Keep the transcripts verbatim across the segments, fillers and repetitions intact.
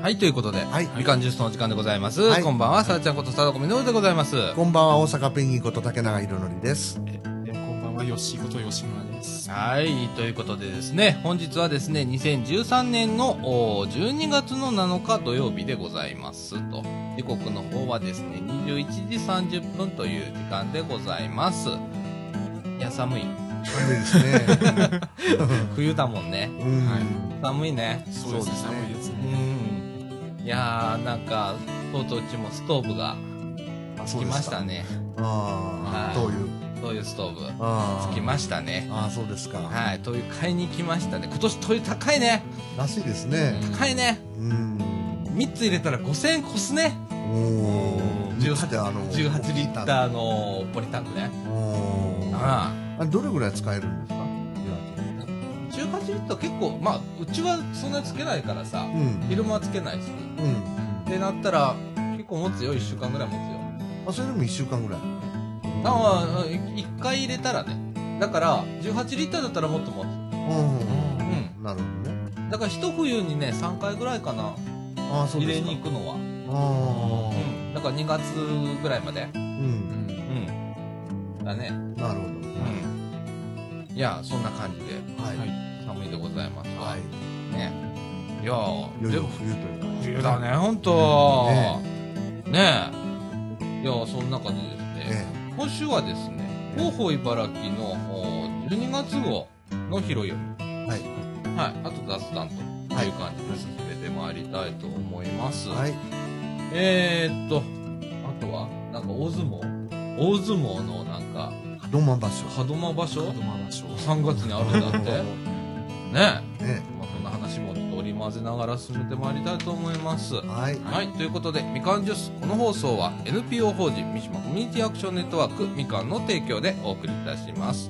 はい、ということで、 はいみかんジュースのお時間でございます。 はいこんばんは、さあちゃんことさだこみのるでございます。 こんばんは、大阪ペンギンこと竹永宏典です。 ええこんばんは、よしこと吉村です。 はい、ということでですね、本日はですね、にせんじゅうさんねんのおじゅうにがつのなのか土曜日でございますと。時刻の方はですね、にじゅういちじさんじゅっぷんという時間でございます。いや、寒い。 寒いですね。 冬だもんね。 うん、 はい、 寒いね。 そうですね、 そうですね寒いですね。 うん。いやー、なんか、とうとううちもストーブがあ、 つきましたね。 あはいあ、灯油。 灯油ストーブ。 ああ、 つきましたね。 ああ、そうですか。 はい、灯油買いに来ましたね。今年灯油高いね。 らしいですね。 高いね。 うん。 みっつ入れたらごせんえん越すね。 おお。 じゅうはち、 であのじゅうはちリッターのポリタンクね。 おお。 ああれどれぐらい使えるんですか。 あ。じゅうはちリッター結構、まあ、うちはそんなにつけないからさ、 うん。 昼間はつけないし。 うん。 ってなったら、結構持つよ。いっしゅうかんぐらい持つよ。 あ、それでもいっしゅうかんぐらい。 ああ、いっかい入れたらね。だから、じゅうはちリッターだったらもっと持つ。 うん。 うん。 なるほどね。 だから一冬にね、さんかいぐらいかな。 ああ、そう入れですか。 に行くのは。 あうん。だからにがつぐらいまで。 あ。う。 うんん。 うん。だね。 なるほど。 うん。いや、そんな感じで、 はい。 はい。 寒いでございますわ。 はい。 ね。いやー、 いよいよでも、 冬というか。 冬だね、ほんと。 ねねえ。いやー、そんな感じですね。 え今週はですね、広報茨城のおじゅうにがつ号の拾い読み。 え。はい。 はい。あと雑談という感じで進めてまいりたいと思います。 はい。 えーっと、あとは、なんか大相撲大相撲のなんか、 門真場所。 門真場所門真場所さんがつにあるんだって。ねえ。 ねまあ、そんな話もちょっと織り交ぜながら進めてまいりたいと思います。 はい。 はい。ということで、みかんジュース。この放送は エヌピーオー 法人三島コミュニティアクションネットワークみかんの提供でお送りいたします。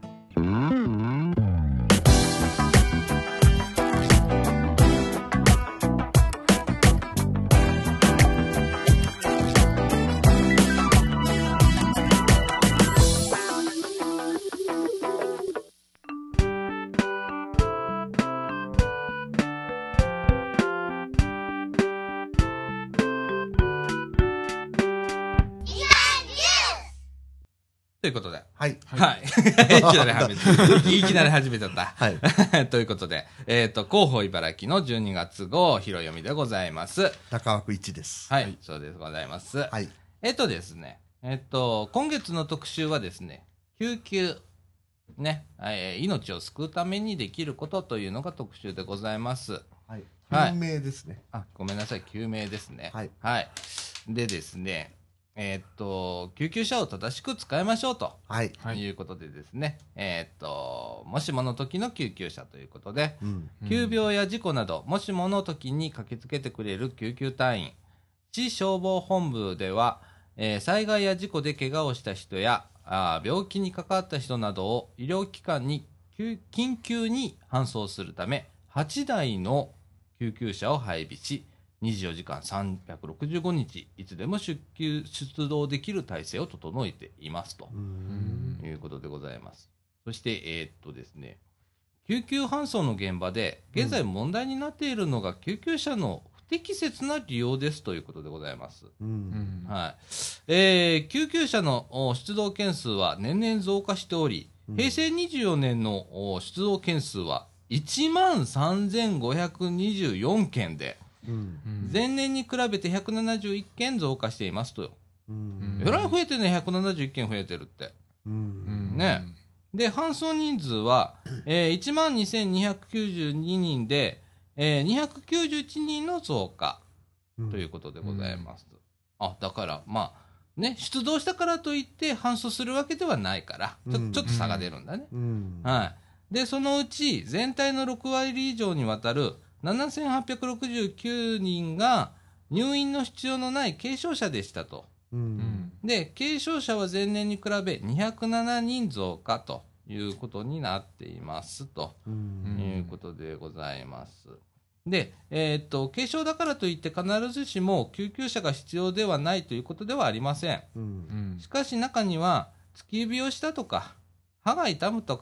ということで。 はい。 はい。いきなり始めて、いきなり始めちゃった。 はい。 ということで、えっ、と、広報茨城のじゅうにがつ号、拾い読みでございます。 中枠いちです。 はい。そうです、ございます。 はい。 えっ、とですね、えっ、と、今月の特集はですね、救急、ね、えー命を救うためにできることというのが特集でございます。 はい。 はい有名ですね。 あ、ごめんなさい、救命ですね。 はい。 はい。でですね、えっ、と、救急車を正しく使いましょうと。 はい。 はいい。 うことでですね、えっ、と、もしもの時の救急車ということで、 うん。 急病や事故など、もしもの時に駆けつけてくれる救急隊員。市消防本部では、えー災害や事故で怪我をした人や、あー病気にかかった人などを医療機関に救緊急に搬送するため、はちだいの救急車を配備し、にじゅうよじかんさんびゃくろくじゅうごにち、いつでも出急、出動できる体制を整えていますと。 う。 うんん。 ということでございます。そして、えーっとですね、救急搬送の現場で、現在問題になっているのが、救急車の不適切な利用ですということでございます。 う。 うんん。 はい。えー救急車のお出動件数は年々増加しており、 うん平成にじゅうよねんのお出動件数はいちまんさんぜんごひゃくにじゅうよんけんで、 うん。 うん前年に比べてひゃくななじゅういっけん増加していますと。 うん。 えらい増えてね、ひゃくななじゅういっけん増えてるって。 う。 うんん。 ねで、搬送人数は、えー、いちまんにせんにひゃくきゅうじゅうににんで、えー、にひゃくきゅうじゅういちにんの増加ということでございます。あ、だから、まあ、ね、出動したからといって搬送するわけではないから、ちょ,、 うんちょっと差が出るんだね。 うん。 はい。で、そのうち全体のろくわり以上にわたるななせんはっぴゃくろくじゅうきゅうにんが入院の必要のない軽症者でしたと。 う。 うんん。 で、軽症者は前年に比べにひゃくななにん増加ということになっていますとう。 うんんいうことでございます。で、えーっと、軽症だからといって必ずしも救急車が必要ではないということではありません。 うん。 うんしかし中には突き指をしたとか、歯が痛むとか、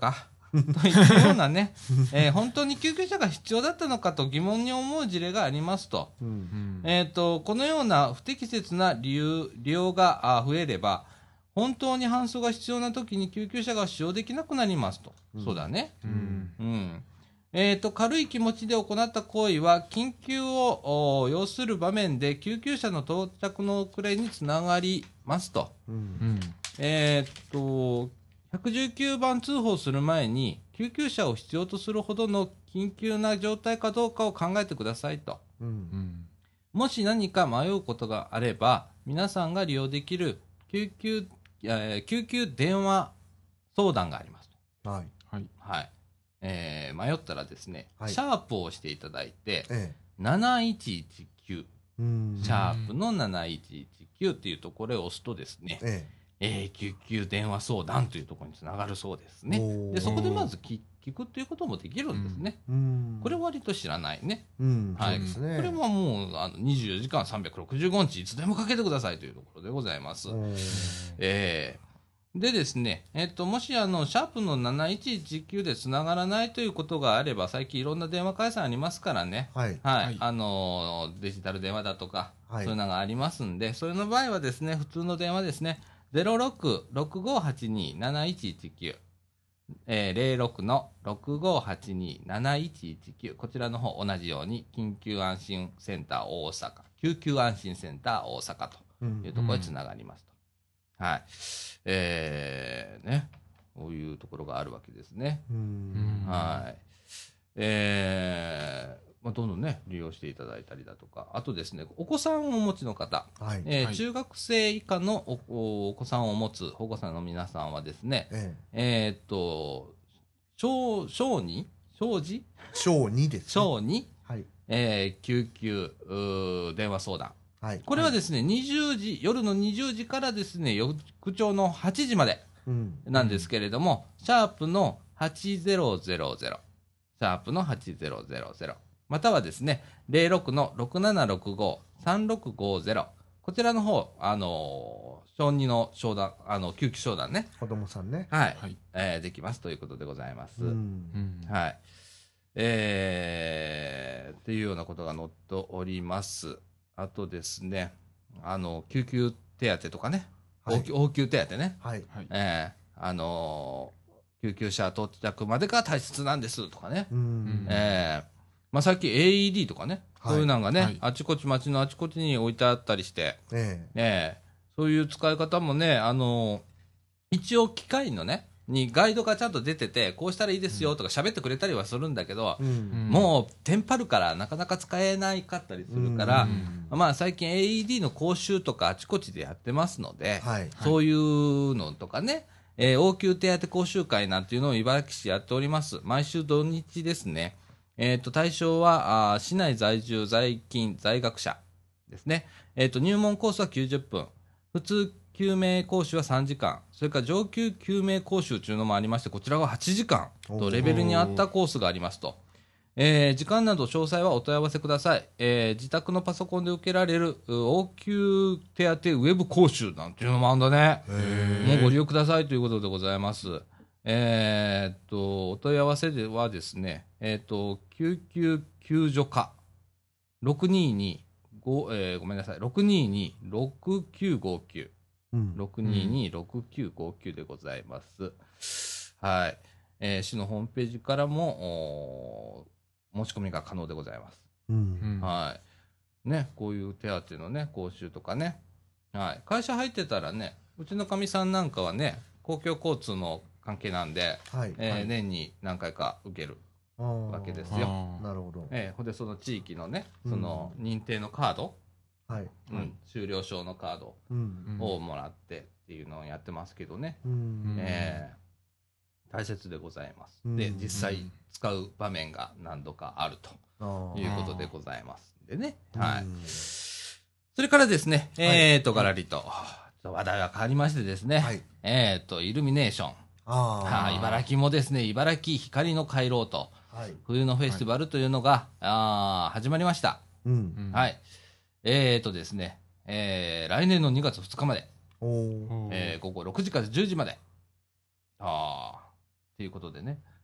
といったようなね、えー本当に救急車が必要だったのかと疑問に思う事例がありますと。 うんうんえー、とこのような不適切な理由利用があ増えれば、本当に搬送が必要な時に救急車が使用できなくなりますと。 うんそうだね。 うんうんえー、と軽い気持ちで行った行為は緊急をお要する場面で救急車の到着の遅れにつながりますと。 うんうんえー、とひゃくじゅうきゅうばん通報する前に救急車を必要とするほどの緊急な状態かどうかを考えてくださいと。 うんうんもし何か迷うことがあれば、皆さんが利用できる救急、えー救急電話相談がありますと。 はい。 はいはい。えー迷ったらですね、 はいシャープを押していただいて、 えなないちいちきゅう、 え。うんシャープのなないちいちきゅうっていうところを押すとですね、 ええー救急電話相談というところにつながるそうですね。 おーで、そこでまず聞聞くっていうこともできるんですね。 え。うんこれ割と知らないね。 うん。 はいそうですね。 これはもうあのにじゅうよじかんさんびゃくろくじゅうごにちいつでもかけてくださいというところでございます。 うんえーでですね、えっと、もしあの、シャープのなないちいちきゅうでつながらないということがあれば、最近いろんな電話回線ありますからね。 はい。 はい。 はいあのーデジタル電話だとか、 はいそういうのがありますんで、それの場合はですね、普通の電話ですね、ゼロろく ろくごはちに なないちいちきゅう、えー、ゼロろくの ろくごはちに なないちいちきゅう、こちらの方同じように、緊急安心センター大阪、救急安心センター大阪とうんいうところにつながりますと。はい。えー、ね。こういうところがあるわけですね。 うんはい。えー、まあ、どんどんね、利用していただいたりだとか、あとですね、お子さんをお持ちの方、 はい。 えーはい中学生以下のおおお子さんを持つ保護者の皆さんはですね、 ええ。 えーっと、小、小児小児小にですね。 小児、 はい。 えー救急うー電話相談。 はい。 これはですね、にじゅうじ、夜のにじゅうじからですね、翌朝のはちじまでうん。 なんですけれども、シャープのはちぜろぜろぜろ、シャープのはちぜろぜろぜろ、またはですね、ゼロろくのろくななろくご さんろくごゼロ、こちらの方、あのー小児の商談、あの、救急商談ね、 子供さんね。 はい、 はいえーできますということでございます。 うん。 うんはい。えー、っていうようなことが載っております。あとですね、あの、救急手当とかね、 はい応急応急手当ね、 はい。 はいえー、あのー救急車到着までが大切なんですとかね、 うん。 えー、まあ最近 エーイーディー とかね、 はいそういうのがね、 はいあちこち街のあちこちに置いてあったりして、 ええー、そういう使い方もね、あのー一応機械のね、にガイドがちゃんと出てて、こうしたらいいですよとか喋ってくれたりはするんだけどえ。、うん。 もうテンパるからなかなか使えないかったりするから、 うんまあ最近 エーイーディー の講習とかあちこちでやってますので、 はい。 そういうのとかね、えー応急手当講習会なんていうのを茨城市やっております。毎週土日ですね。えっ、と、対象は、あー市内在住、在勤、在学者ですね。えっ、と、入門コースはきゅうじゅっぷん。普通救命講習はさんじかん。それから上級救命講習というのもありまして、こちらははちじかんとレベルに合ったコースがありますと。えー時間など詳細はお問い合わせください。えー自宅のパソコンで受けられるう応急手当ウェブ講習なんていうのもあるんだね。 へもうご利用くださいということでございます。えーっと、お問い合わせではですね、えーっと、救急救助課ろくにーにー、えーごめんなさい、ろくにーにー ろくきゅうごきゅう、 うん。 ろくにーにー ろくきゅうごきゅうでございます。はい。えー市のホームページからも、おー申し込みが可能でございます。 うん。 うんはい。ね、こういう手当のね、講習とかね。はい。会社入ってたらね、うちのかみさんなんかはね、公共交通の関係なんで、 はい。 えーはい年に何回か受けるわわけですよ。 あーなるほど。 えーほんで、その地域のね、 うんその認定のカード、 はい。 うんはい終了証のカードうん。 をもらってっていうのをやってますけどね。 うん。 えー大切でございます。 うんで、実際使う場面が何度かあるとああいうことでございます。でね。はい。 うんそれからですね、 はいえーと、ガラリと、ちょっと話題が変わりましてですね、 はい。 えーと、イルミネーション。 あはあ、茨城もですね、茨城光の回廊と、 あ。はい。 冬のフェスティバルというのが、あー始まりました。 うん。 うんはい。えーとですね、えー来年のにがつふつかまで、 おお。 おーえー午後ろくじからじゅうじまで、あーっていうことでね。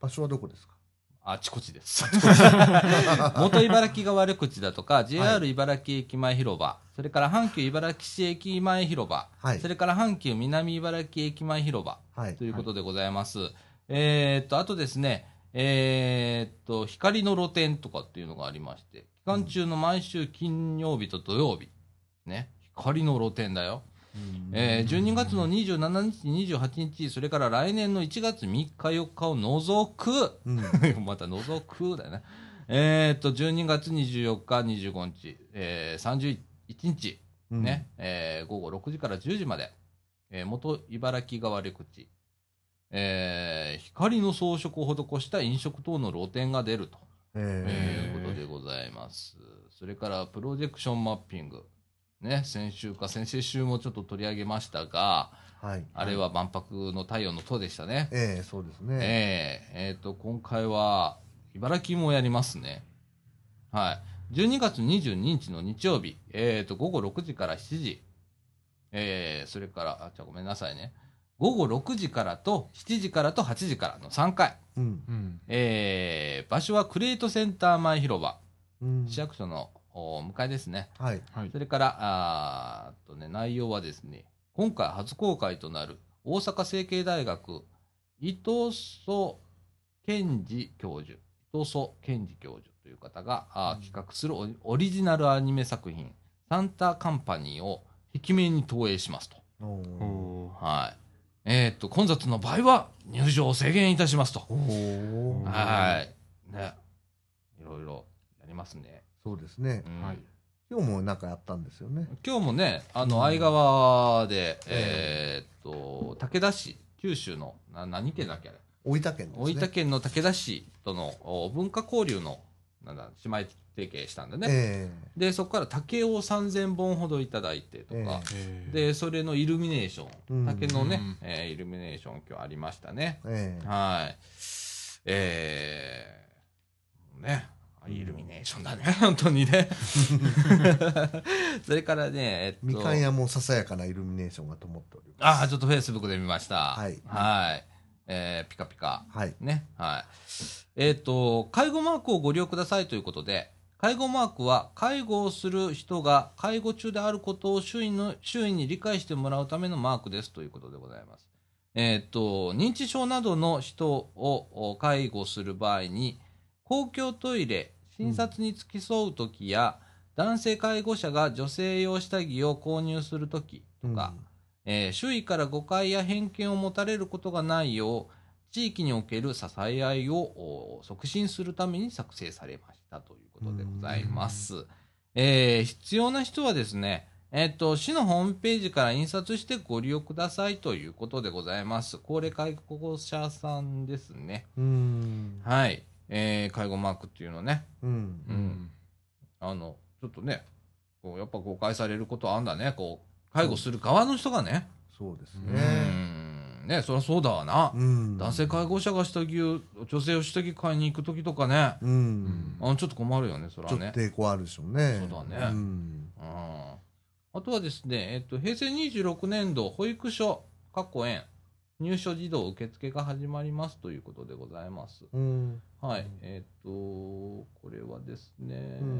場所はどこですか？ あちこちです。元茨城が悪口だとか、ジェイアール 茨城駅前広場、それから阪急茨城市駅前広場、 はい、 それから阪急南茨城駅前広場、はい、ということでございます。はい、えー、っと、あとですね、えー、っと、光の露店とかっていうのがありまして、期間中の毎週金曜日と土曜日、ね、光の露店だよ。えー、じゅうにがつのにじゅうしちにち、にじゅうはちにち、それから来年のいちがつみっかよっかを除く、うん、また除くだよね。えー、っと、じゅうにがつにじゅうよっか、にじゅうごにち、えー、さんじゅういちにち、うん、ね、えー、ごごろくじからじゅうじまで、えー、元茨城側悪口、えー、光の装飾を施した飲食等の露店が出ると、えー、いうことでございます。それからプロジェクションマッピング。ね、先週か先々週もちょっと取り上げましたが、はい、あれは万博の太陽の塔でしたね。 ええー、そうですね。 えー、えーと、今回は茨城もやりますね。はい。じゅうにがつにじゅうににちの日曜日、えーと、ごごろくじからしちじ、えー、それから、あ、じゃあごめんなさいね。ごごろくじからとしちじからとはちじからのさんかい。うんうん、えー、場所はクレートセンター前広場、うん、市役所の向かいですね。はい。それから、あーとね、内容はですね、今回初公開となる大阪成蹊大学伊藤曽健二教授、伊藤曽健二教授という方が、あ企画するオリ、オリジナルアニメ作品、サンタカンパニーを壁面に投影しますと。はい。えー、っと、混雑の場合は入場を制限いたしますと。はい。ね。いろいろやりますね。 そうですね、うん、はい、今日もなんかやったんですよね。 今日もね、あの、相川で、うん、えー、っと、武田市、九州の、な何県だっけあれ大分県ですね。 大分県の武田市との文化交流の、なんだ、姉妹提携したんでね。えー、で、そこから竹をさんぜんぼんほどいただいてとか、えー、で、それのイルミネーション、うん、竹のね、うんえー、イルミネーション今日ありましたね。えー、はい。えー、ね。イルミネーションだね、本当にね。それからね、えっと。 みかん屋もささやかなイルミネーションが灯っております。 ああ、ちょっとフェイスブックで見ました。はい。はい。えー、ピカピカ。はい。ね。はい。えっと、介護マークをご利用くださいということで、介護マークは介護をする人が介護中であることを周囲の、周囲に理解してもらうためのマークですということでございます。えっと、認知症などの人を介護する場合に、公共トイレ、診察に付き添うときや、うん、男性介護者が女性用下着を購入するときとか、うんえー、周囲から誤解や偏見を持たれることがないよう、地域における支え合いを促進するために作成されましたということでございます。うんえー、必要な人はですね、えっと、市のホームページから印刷してご利用くださいということでございます。高齢介護者さんですね。うんはい。えー、介護マークっていうのね。うん。うん。あの、ちょっとね、こう、やっぱ誤解されることあんだね。こう、介護する側の人がね。 そうですね。 うん。ね、そりゃそうだわな。うん。男性介護者が下着を、女性を下着買いに行くときとかね。うん。あちょっと困るよね、それはね。 ちょっと抵抗あるでしょうね。 そうだね。うん。うん。あとはですね、えっと、へいせいにじゅうろくねんど、保育所、過去園、入所児童受付が始まりますということでございます。うん、はい。えっと、これはですね、うん、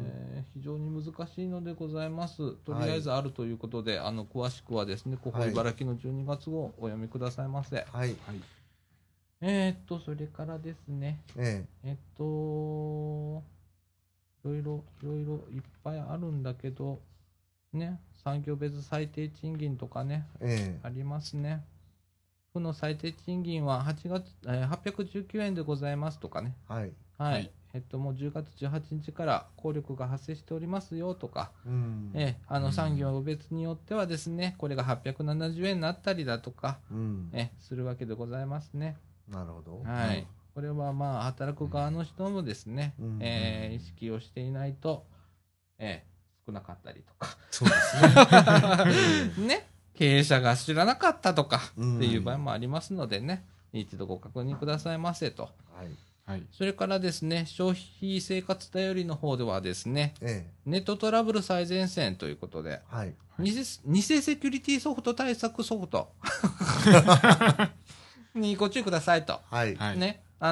非常に難しいのでございます。とりあえずあるということで、はい、あの、詳しくはですね、ここ茨城のじゅうにがつ号をお読みくださいませ。はい。はい、えっと、それからですね、ええ、えっと、いろいろ、いろいろいっぱいあるんだけど、ね、産業別最低賃金とかね、ええ、ありますね。府の最低賃金ははちがつ、えー、はっぴゃくじゅうきゅうえんでございますとかね。はい。はい。はい、えっと、もうじゅうがつじゅうはちにちから効力が発生しておりますよとか、うんえー、あの産業別によってはですね、これがはっぴゃくななじゅうえんになったりだとか、うんえー、するわけでございますね。 なるほど。 はい。うん、これはまあ、働く側の人もですね、うんえー、意識をしていないと、えー、少なかったりとか。そうですね。ね。経営者が知らなかったとかっていう場合もありますのでね、うん、一度ご確認くださいませと。はいはい、それからですね、消費生活頼りの方ではですね、ええ、ネットトラブル最前線ということで、はい、偽、偽セキュリティソフト対策ソフトにご注意くださいと。はい、ね、あの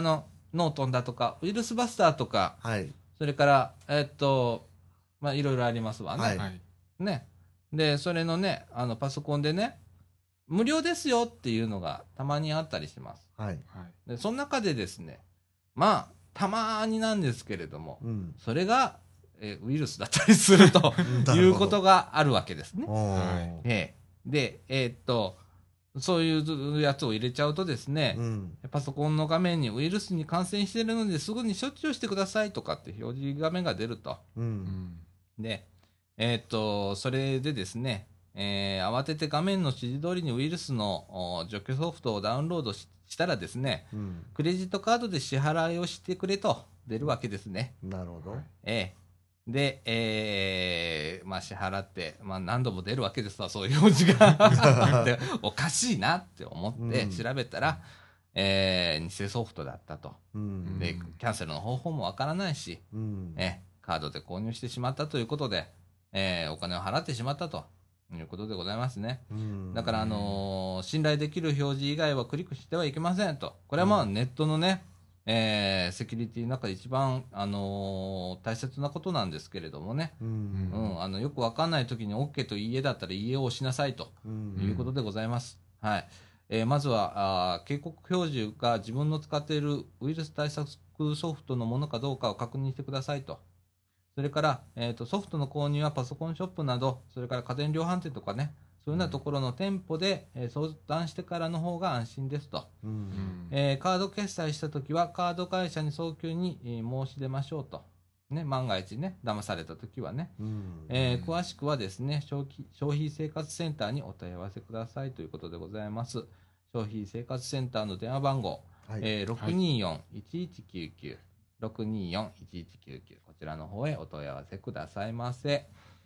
ノートンだとか、ウイルスバスターとか、 はい。 それから、えっと、まあ、いろいろありますわね。 はいはい。 ね。で、それのね、あの、パソコンでね、無料ですよっていうのがたまにあったりします。 はい。 はい。 で、その中でですね、まあ、たまになんですけれども、 うん。 それが、えーウイルスだったりするということがあるわけですね。 おーはいええで、えーっと、そういうやつを入れちゃうとですね、 うん。 パソコンの画面にウイルスに感染しているのですぐに処置をしてくださいとかって表示画面が出ると。 う。 うんん。 で、えーっと、それでですね、えー慌てて画面の指示通りにウイルスのお除去ソフトをダウンロードししたらですね、 うん。 クレジットカードで支払いをしてくれと出るわけですね。 なるほど。 ええで、えーまあ支払って、まあ何度も出るわけですわ、そういう表示が。でおかしいなって思ってうん調べたら、えー偽ソフトだったと。 うん。 で、キャンセルの方法もわからないし、 うん。 えーカードで購入してしまったということで、えーお金を払ってしまったということでございますね。 うん。 だから、あのー信頼できる表示以外はクリックしてはいけませんと。これはまあネットのね、えーセキュリティの中で一番、あのー大切なことなんですけれどもね。 う。 うんん、あのよくわかんないときに OK といいえだったらいいえを押しなさいとうん。 いうことでございます。はい。えーまずはあー警告表示が自分の使っているウイルス対策ソフトのものかどうかを確認してくださいと。それから、えーと、ソフトの購入はパソコンショップなど、それから家電量販店とかね、そういうようなところの店舗で、えー相談してからの方が安心ですと。 う。 うんん。 えーカード決済したときは、カード会社に早急に、えー申し出ましょうと。ね、万が一ね、騙されたときはね。 うん。 えー詳しくはですね消費、消費生活センターにお問い合わせくださいということでございます。消費生活センターの電話番号、 はい。 えー、ろくにーよん いちいちきゅうきゅう、ろくにーよん いちいちきゅうきゅう、こちらの方へお問い合わせくださいませ。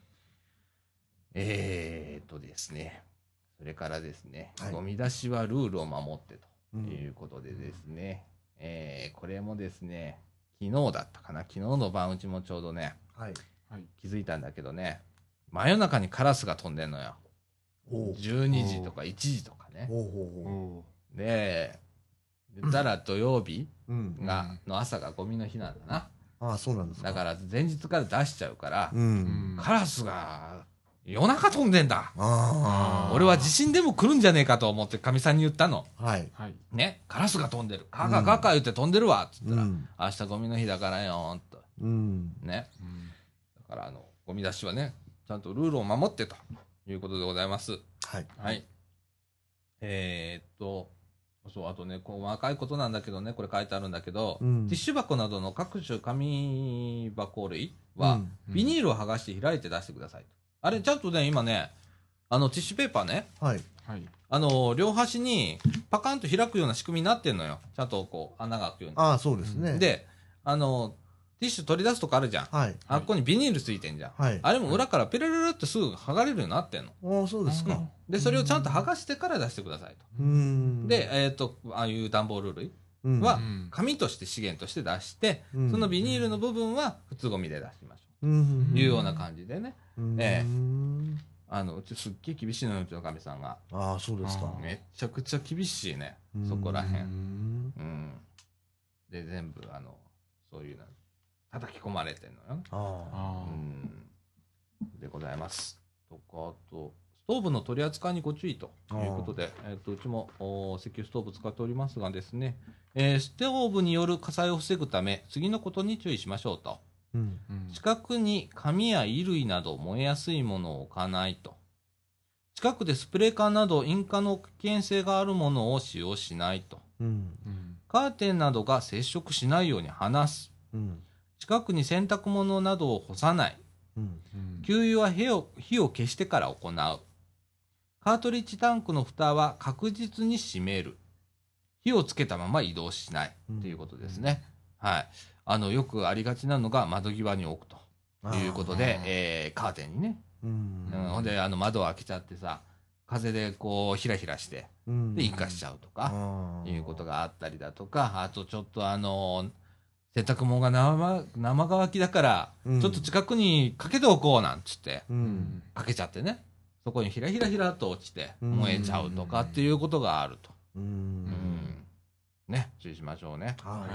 えーとですね、それからですね、 はいゴミ出しはルールを守ってとうんいうことでですね、えーこれもですね、昨日だったかな、昨日の晩うちもちょうどね、 はい。 はい。 気づいたんだけどね、真夜中にカラスが飛んでんのよ。 おう。 じゅうにじとかいちじとかね。 おうほうほおで、言ったら土曜日う。うん。 が、の朝がゴミの日なんだな。 ああ、そうなんですか。 だから前日から出しちゃうからう、 ーん。 カラスが夜中飛んでんだ。 ああ。 俺は地震でも来るんじゃねえかと思ってかみさんに言ったの。 はい。 はい。 ね、カラスが飛んでる。ガガガガ言って飛んでるわ。つったら、 うん。 明日ゴミの日だからよーんと。 うん。 ね。 うん。 だからあの、ゴミ出しはね、ちゃんとルールを守ってということでございます。 はい。 はい。えー、っと、そう、あとね、細かいことなんだけどね、これ書いてあるんだけど、 うんティッシュ箱などの各種紙箱類は、 うんビニールを剥がして開いて出してくださいと。あれ、ちゃんとね、今ね、あの、ティッシュペーパーね、 はい。 はい。 あの、両端にパカンと開くような仕組みになってんのよ。ちゃんとこう、穴が開くようああ、そうですね。 に。、で、あの、ティッシュ取り出すとこあるじゃん。 はい。 あっこにビニールついてんじゃん。 はい。 あれも裏からペラペラってすぐ剥がれるようになってんの。 ああ、そうですか。 で、それをちゃんと剥がしてから出してくださいと。 うん。 で、えっ、と、ああいう段ボール類うん、 はうん紙として資源として出して、 うんそのビニールの部分は普通ゴミで出しましょうんう。いうような感じでね。 うん。 ええうんあの、うちすっげえ厳しいのよ、うちのかみさんが。 ああ、そうですか。 あめっちゃくちゃ厳しいねう。んそこらへ。 うんん。 うん。で、全部、あの、そういうの、叩き込まれてんのよ。 ああうん。でございます。とか、あと、ストーブの取り扱いにご注意ということで、えっと、うちもお石油ストーブ使っておりますがですね、えーストーブによる火災を防ぐため、次のことに注意しましょうと。 あ。うん。 うん。 近くに紙や衣類など燃えやすいものを置かないと。近くでスプレー缶など引火の危険性があるものを使用しないと。 うん。 うん。 カーテンなどが接触しないように離す。 うん。 近くに洗濯物などを干さない。 うん。 うん。 給油は火を火を消してから行う。カートリッジタンクの蓋は確実に閉める。火をつけたまま移動しない。 うんということですね。はい。あの、よくありがちなのが窓際に置くということであー、 えーカーテンにね。 うん。 うん、ほんで、あの、窓を開けちゃってさ、風でこう、ひらひらして、 うん。 で、引火しちゃうとか、いうことがあったりだとか、あとちょっとあの、洗濯物が生生乾きだから、 うんちょっと近くにかけておこうなんつって、 う。 うんん。 かけちゃってね、そこにひらひらひらっと落ちてうん燃えちゃうとかっていうことがあると。 う。 うんん。ね、注意しましょうね。 ははいい。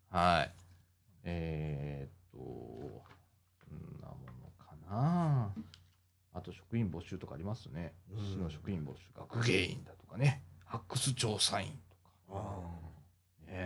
はい。えー、っと、そんなものかな。あと職員募集とかありますね。 うん市の職員募集、学芸員だとかね、発掘調査員とか。 あね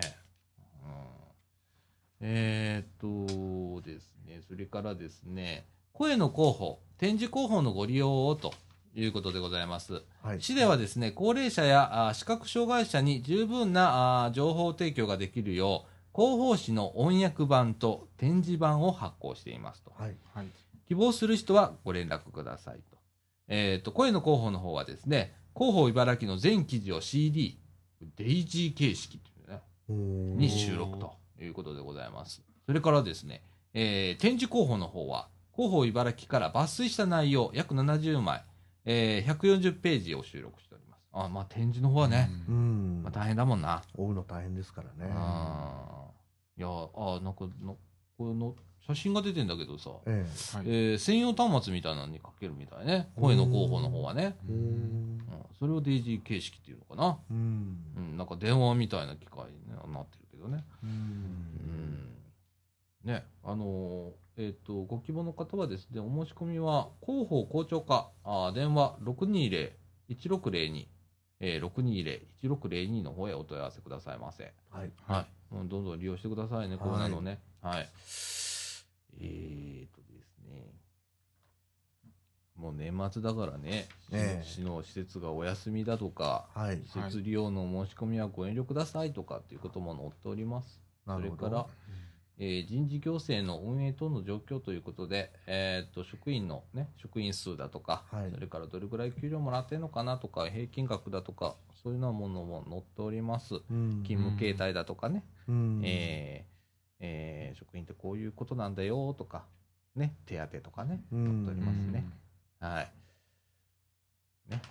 うん、えー、っとですね、それからですね、声の広報、展示広報のご利用をということでございます。 あ。はい。 市ではですね、高齢者やあ視覚障害者に十分なあ情報提供ができるよう、広報誌の音訳版と展示版を発行していますと。 はい。 はい。 希望する人はご連絡くださいと。えっ、と、声の広報の方はですね、広報茨城の全記事を シーディー、デイジー形式というね、 おーに収録ということでございます。それからですね、えー展示広報の方は、広報茨城から抜粋した内容、約ななじゅうまい、えーひゃくよんじゅうページを収録しております。あ、まあ展示の方はね、 ううんん。 まあ大変だもんな。 追うの大変ですからね。 あーいや、あ、なんかの、これの写真が出てんだけどさ、 えはい。 えー専用端末みたいなのにかけるみたいね。声の広報の方はね。 え。ううんん。 うん、それをデイジー形式っていうのかな。 うんう。ん、なんか電話みたいな機械になってるけどね。 う。 うんん。ね、あのーえっ、と、ご希望の方はですね、お申し込みは、広報校長課、あー電話ろくにーぜろ いちろくぜろに、えー、ろくにーぜろ いちろくぜろにの方へお問い合わせくださいませ。 はい。 はい。もうどんどん利用してくださいね、こうなのね。はい。えーとですね。もう年末だからね、 ええ市の施設がお休みだとか、 はい。 施設利用の申し込みはご遠慮くださいとかっていうことも載っております。 なるほど。 それから、えー人事行政の運営等の状況ということで、えー、と職員の、ね、職員数だとか、 はいそれからどれぐらい給料もらってるのかなとか、平均額だとか、そういうようなものも載っております。 うん。 勤務形態だとかね、 うん。 えーえー職員ってこういうことなんだよとか、ね、手当とかね、 うん載っておりますね。はい。ね。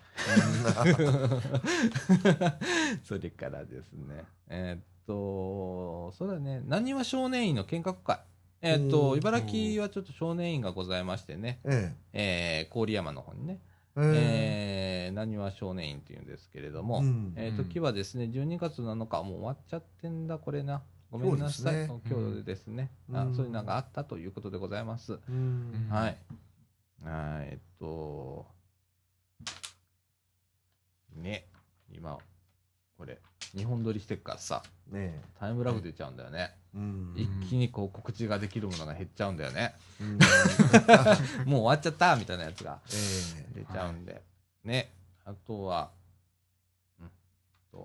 それからですね、えーっと、そうだね、なにわ少年院の見学会。えーっと、 おー茨城はちょっと少年院がございましてね、 ええー郡山の方にね、 え。ええー、なにわ少年院っていうんですけれども、 うんえー時はですね、じゅうにがつなのか、もう終わっちゃってんだ、これな。ごめんなさい。 今日今日ですね、あうんそういうのがあったということでございます。 え。うん。 はい。はい、えっと、ね、今、これ、にほん撮りしてっからさ、 ねタイムラグ出ちゃうんだよね。 え。うん。 一気にこう告知ができるものが減っちゃうんだよね。 うん。 もう終わっちゃったみたいなやつがええ。 出ちゃうんで。ね。あとは、うんと、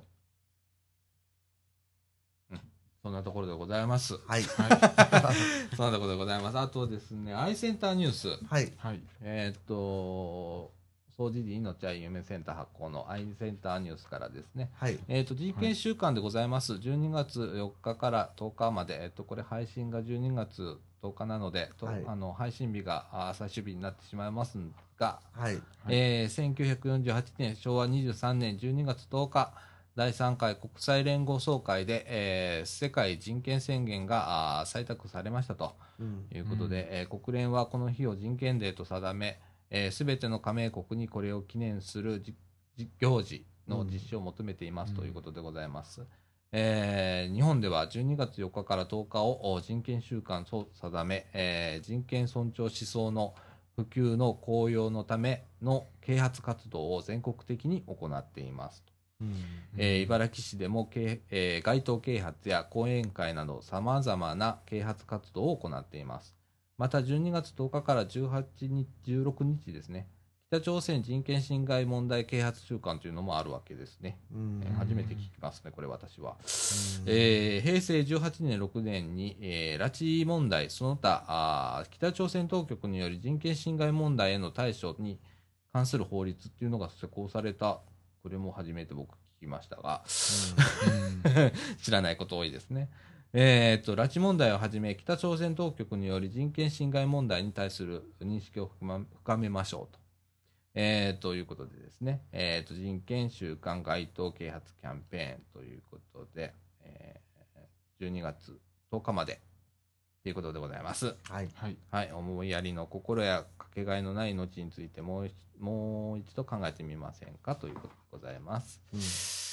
うん。そんなところでございます。 はい。 はい。 そんなところでございます。あとですね、アイセンターニュース。 はい。 はい。 えーっと、総除時命愛夢センター発行のアイセンターニュースからですね、 はい。 えー、と人権週間でございます、じゅうにがつよっかからとおかまで、えー、とこれ配信がじゅうにがつとおかなので、とはいあの配信日があ最終日になってしまいますが、 はい。 はいえーせんきゅうひゃくよんじゅうはちねんしょうわにじゅうさんねんじゅうにがつとおか、だいさんかい国際連合総会で、えー世界人権宣言があ採択されましたとうん。 いうことで、えー国連はこの日を人権デーと定め、すべ、えー、ての加盟国にこれを記念するじじ行事の実施を求めていますということでございます。うんえー日本ではじゅうにがつよっかからとおかをお人権週間と定め、えー人権尊重思想の普及の効用のための啓発活動を全国的に行っていますと。 うん。 えー茨城市でも、けいえー街頭啓発や講演会などさまざまな啓発活動を行っています。またじゅうにがつとおかからじゅうはちにち、じゅうろくにちですね、北朝鮮人権侵害問題啓発週間というのもあるわけですね。 うんえー初めて聞きますね、これ私は。 うんえー平成じゅうはちねん、ろくねんに、えー拉致問題、その他あー、北朝鮮当局により人権侵害問題への対処に関する法律っていうのが施行された、これも初めて僕聞きましたが、知らないこと多いですね。えー、と拉致問題をはじめ北朝鮮当局により人権侵害問題に対する認識を深ま深めましょうと、えー、ということでですね、えー、と人権週間街頭啓発キャンペーンということで、えーじゅうにがつとおかまでということでございます。 はい。 はい。 はい、思いやりの心やかけがえのない命についてもう一もう一度考えてみませんかということでございます。 うん。 そ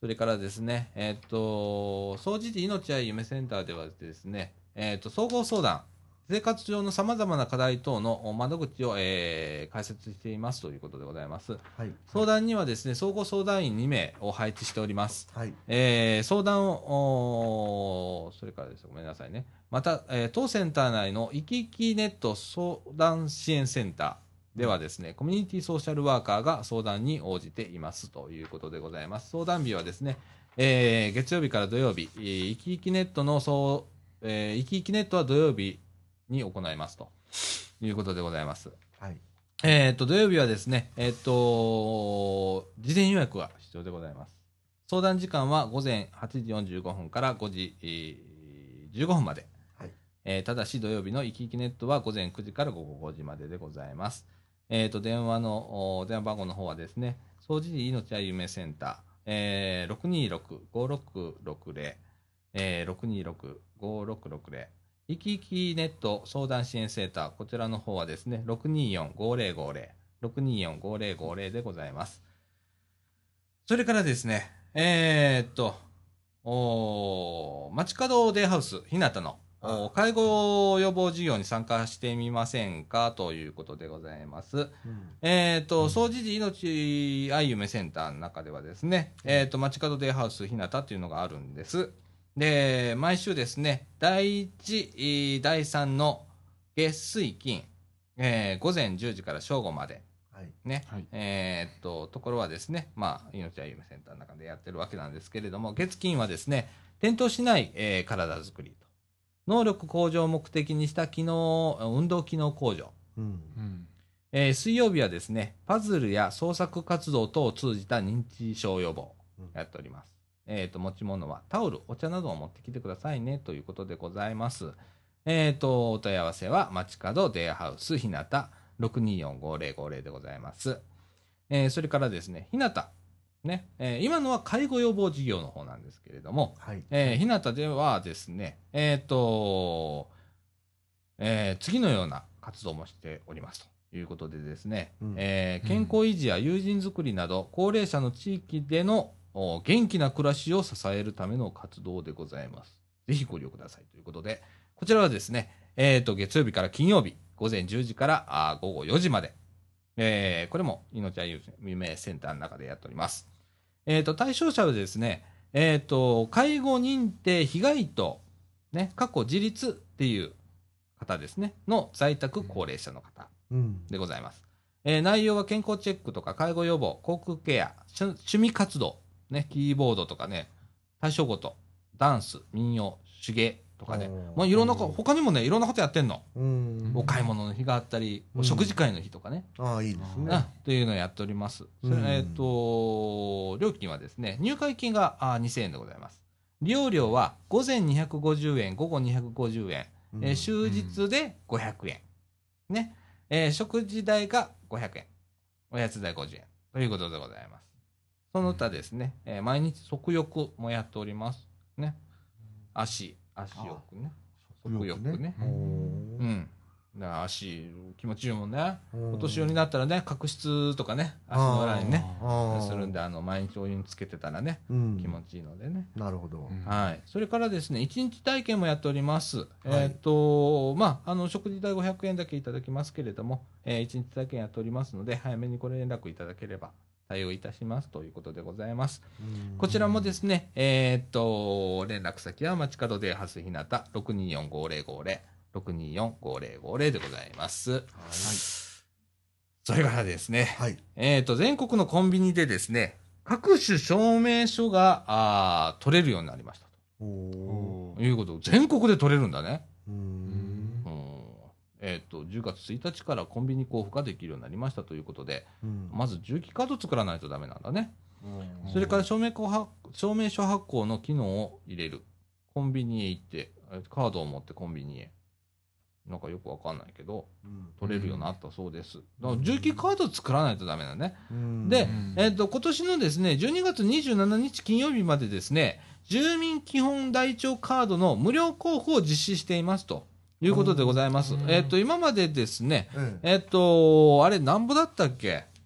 それからですね、えっ、と、総持寺いのちあい夢センターではですね、えっ、と、総合相談、生活上のさまざまな課題等の窓口を、えー開設していますということでございます。 はい。 相談にはですね、総合相談員にめいを配置しております。 はい。 えー相談を、おーそれからですね、ごめんなさいね。また、えー当センター内のいきいきネット相談支援センターではですね、コミュニティソーシャルワーカーが相談に応じていますということでございます。相談日はですね、えー月曜日から土曜日、えーいきいきネットのそう、えーいきいきネットは土曜日に行いますということでございます。 はい。 えっと、土曜日はですね、えっと、事前予約が必要でございます。相談時間は午前はちじよんじゅうごふんからごじ、えーじゅうごふんまで。 はい。 えーただし土曜日のいきいきネットは午前くじから午後ごじまででございます。えっと、電話の、お電話番号の方はですね、総持寺いのちあい夢センター、えー、ろくにーろく ごろくろくぜろ、えー、ろくにーろく ごろくろくぜろ、いきいきネット相談支援センター、こちらの方はですね、ろくにーよん ごぜろごぜろ、ろくにーよん ごぜろごぜろでございます。それからですね、えー、っと、おー街角デイハウス、ひなたの、お介護予防事業に参加してみませんかということでございます。 うん。 えっ、と、総持寺いのちあい夢センターの中ではですね、えっ、と、街角デイハウスひなたっていうのがあるんです。で、毎週ですね、だいいち、だいさんの月水金、えー午前じゅうじから正午まで、 はい。 ね、 はいえーっと、ところはですね、まあ、いのちあい夢センターの中でやってるわけなんですけれども、月金はですね、転倒しない、えー体づくりと、能力向上を目的にした機能、運動機能向上、 うん。 うん。 えー水曜日はですね、パズルや創作活動等を通じた認知症予防うんやっております。えっ、と、持ち物はタオル、お茶などを持ってきてくださいねということでございます。えっ、と、お問い合わせは街角デイハウスひなたろくにーよん ごぜろごぜろでございます。えーそれからですね、ひなた、ね、えー今のは介護予防事業の方なんですけれども、 はい。 えー、ひなたではですね、えっ、と、えー次のような活動もしておりますということでですね、 うんえー健康維持や友人づくりなど、高齢者の地域でのお元気な暮らしを支えるための活動でございます。ぜひご利用くださいということで、こちらはですね、えっ、と、月曜日から金曜日、午前じゅうじからあー午後よじまで、えーこれもいのちあい夢センターの中でやっております。えっ、と、対象者はですね、えっ、と、介護認定被害と、ね、過去自立っていう方ですね、の在宅高齢者の方うん。 でございます。えー内容は健康チェックとか介護予防、航空ケア、趣趣味活動、ね、キーボードとかね、対象ごと、ダンス、民謡、手芸とかねおー、 まあ、いろんなこ、 うん他にもね、いろんなことやってんの。 うん。 お買い物の日があったり、 うんお食事会の日とかね、 ああ、いいですね。 あというのをやっております。それうんえっ、と、料金はですね、入会金があにせんえんでございます。利用料は午前にひゃくごじゅうえん、午後にひゃくごじゅうえん、 うんえー終日でごひゃくえん。ね。えー食事代がごひゃくえん。おやつ代ごじゅうえん。ということでございます。その他ですね、えー毎日足浴もやっております。ね。足、足浴ね。足浴ね。 おーうん。だから足、気持ちいいもんね。 うんお年寄りになったらね、角質とかね、足の裏にね、 あーするんで、あの、毎日お湯につけてたらね、 うん気持ちいいのでね。 なるほど。 うんはい。それからですね、一日体験もやっております。 はいえっ、と、まあ、あの、食事代ごひゃくえんだけいただきますけれども、えー一日体験やっておりますので、早めにご連絡いただければ対応いたしますということでございます。 うんこちらもですね、えっ、と、連絡先は街角デイハウスひなたろくにーよん ごぜろごぜろ、ろくにーよん ごぜろごぜろでございます。 はい。 それからですね、 はい。 えっ、と、全国のコンビニでですね、各種証明書があー取れるようになりましたおーということ、全国で取れるんだね。 う。 うんんうんえっ、と、じゅうがつついたちからコンビニ交付ができるようになりましたということで、 うんまず重機カード作らないとダメなんだね。 うんそれから証明書発証明書発行の機能を入れる。コンビニへ行って、えカードを持ってコンビニへ。なんかよくわかんないけど、 うん取れるようになったそうです。だから重機カード作らないとダメだね。 うんでうんえっ、と、今年のですね、じゅうにがつにじゅうしちにち金曜日までですね、住民基本台帳カードの無料交付を実施していますということでございます。 うんえっ、と、今までですね、 えええっ、と、あれ、なんぼだったっけ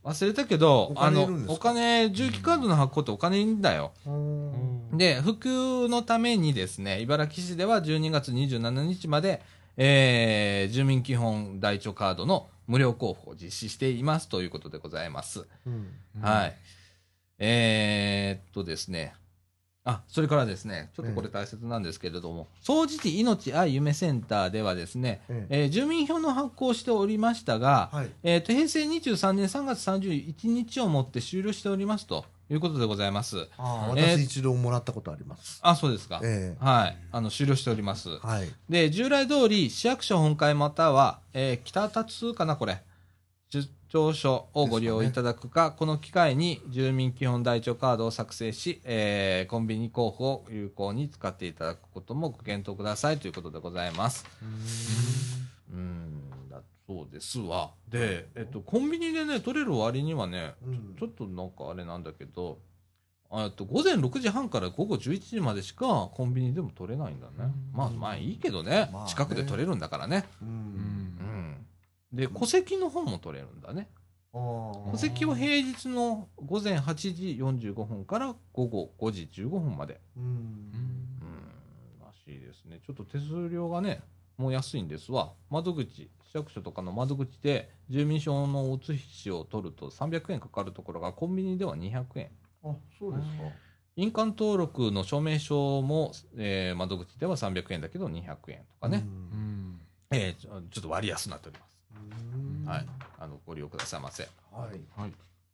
忘れたけど、 おあの金いるんですかお金、重機カードの発行ってお金いいんだよ。 うんで、普及のためにですね、茨城市ではじゅうにがつにじゅうしちにちまで、えー、住民基本台帳カードの無料交付を実施していますということでございます。 うんはい。えー、っとですね。あ、それからですね、ちょっとこれ大切なんですけれども、総除地命愛夢センターではですね、 えええー住民票の発行をしておりましたが、 はいえー、と平成にじゅうさんねんさんがつさんじゅういちにちをもって終了しておりますということでございます。 ああ、 えー私一度もらったことあります。 あ、そうですか。 えはい。あの、終了しております。 えはい。 で、従来通り、市役所本会または、えー北立かな、これ。出張書をご利用いただくか、この機会に住民基本台帳カードを作成し、えーコンビニ交付を有効に使っていただくこともご検討くださいということでございます。うーん、だそうですわ。で、えっと、コンビニでね、取れる割にはね、 うんちょっとなんかあれなんだけど、えっと、午前ろくじはんから午後じゅういちじまでしかコンビニでも取れないんだね。まあまあいいけどね、 まあね近くで取れるんだからね。 う。 うんんうん。で、戸籍の方も取れるんだね。 ああ戸籍は平日の午前はちじよんじゅうごふんから午後ごじじゅうごふんまで。 うん。 うん、らしいですね。ちょっと手数料がね、もう安いんですわ。窓口、市役所とかの窓口で住民票の写しを取るとさんびゃくえんかかるところがコンビニではにひゃくえん。 あ、そうですか。 印鑑登録の証明書も、えー窓口ではさんびゃくえんだけどにひゃくえんとかね、 うんうんえーちょちょっと割安になっております。 うんはい。あの、ご利用くださいませ。 はい。 はい。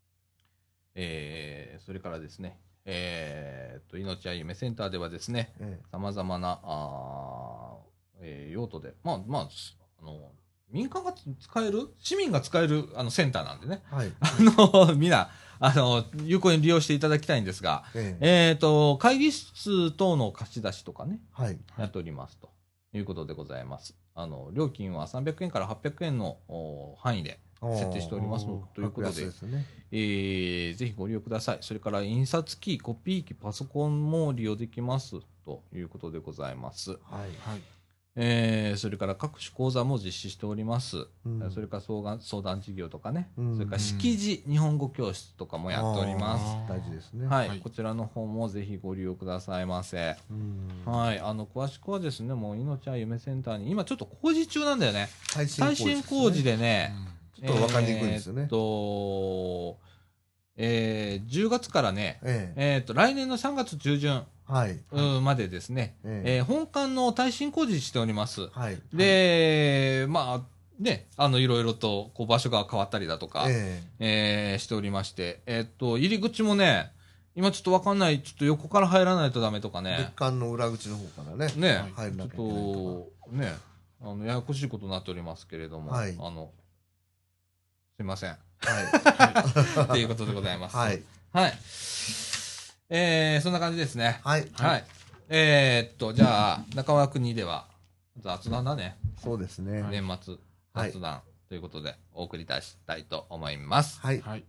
えーそれからですね、えーっと、命あゆめセンターではですね、 えさまざまな、あーえー用途で、まあ、まあ、すあの、民間が使える市民が使えるあのセンターなんでね、 えはい。 あの、みんな、あの、有効に利用していただきたいんですが、 えええーっと、会議室等の貸し出しとかね、 はい。 やっておりますということでございます。あの、料金はさんびゃくえんからはっぴゃくえんのお範囲で設定しておりますのということで格安すね。 えーぜひご利用ください。それから印刷機、コピー機、パソコンも利用できますということでございます。 はい。 はい。 えーそれから各種講座も実施しております。 うんそれから相談相談事業とかね、 うんそれから識字日本語教室とかもやっております。 あー大事ですね。 はい、 はいこちらの方もぜひご利用くださいませ。 うんはい、あの詳しくはですね、もう命あゆめセンターに今ちょっと工事中なんだよね。 耐耐震工事ででね、 ちょっとわかりにくいんですよねえーっと、えーじゅうがつからね、 すね。ええーっと、来年のさんがつ中旬、 えはい。 うんまでですね、 ええー本館の耐震工事しております。 はい。 で、まあ、ね、あの、いろいろと、こう、場所が変わったりだとか、 ええーしておりまして、えーっと、入り口もね、今ちょっとわかんない、ちょっと横から入らないとダメとかえ別ね、 館の裏口の方からね。 ね、 入ちょっらなきゃいけないとと、ね、あの、ややこしいことになっておりますけれども、 はいあの、すいません。 か。はっていうことでございまい。 す。 はい。 はい。えー、そんな感じですね。 はい。 はい。えー、っと、じゃあ、中川国では、雑談だね。 そうですね。 年末はい雑談ということで、お送りいたしたいと思います。 はい。 はい。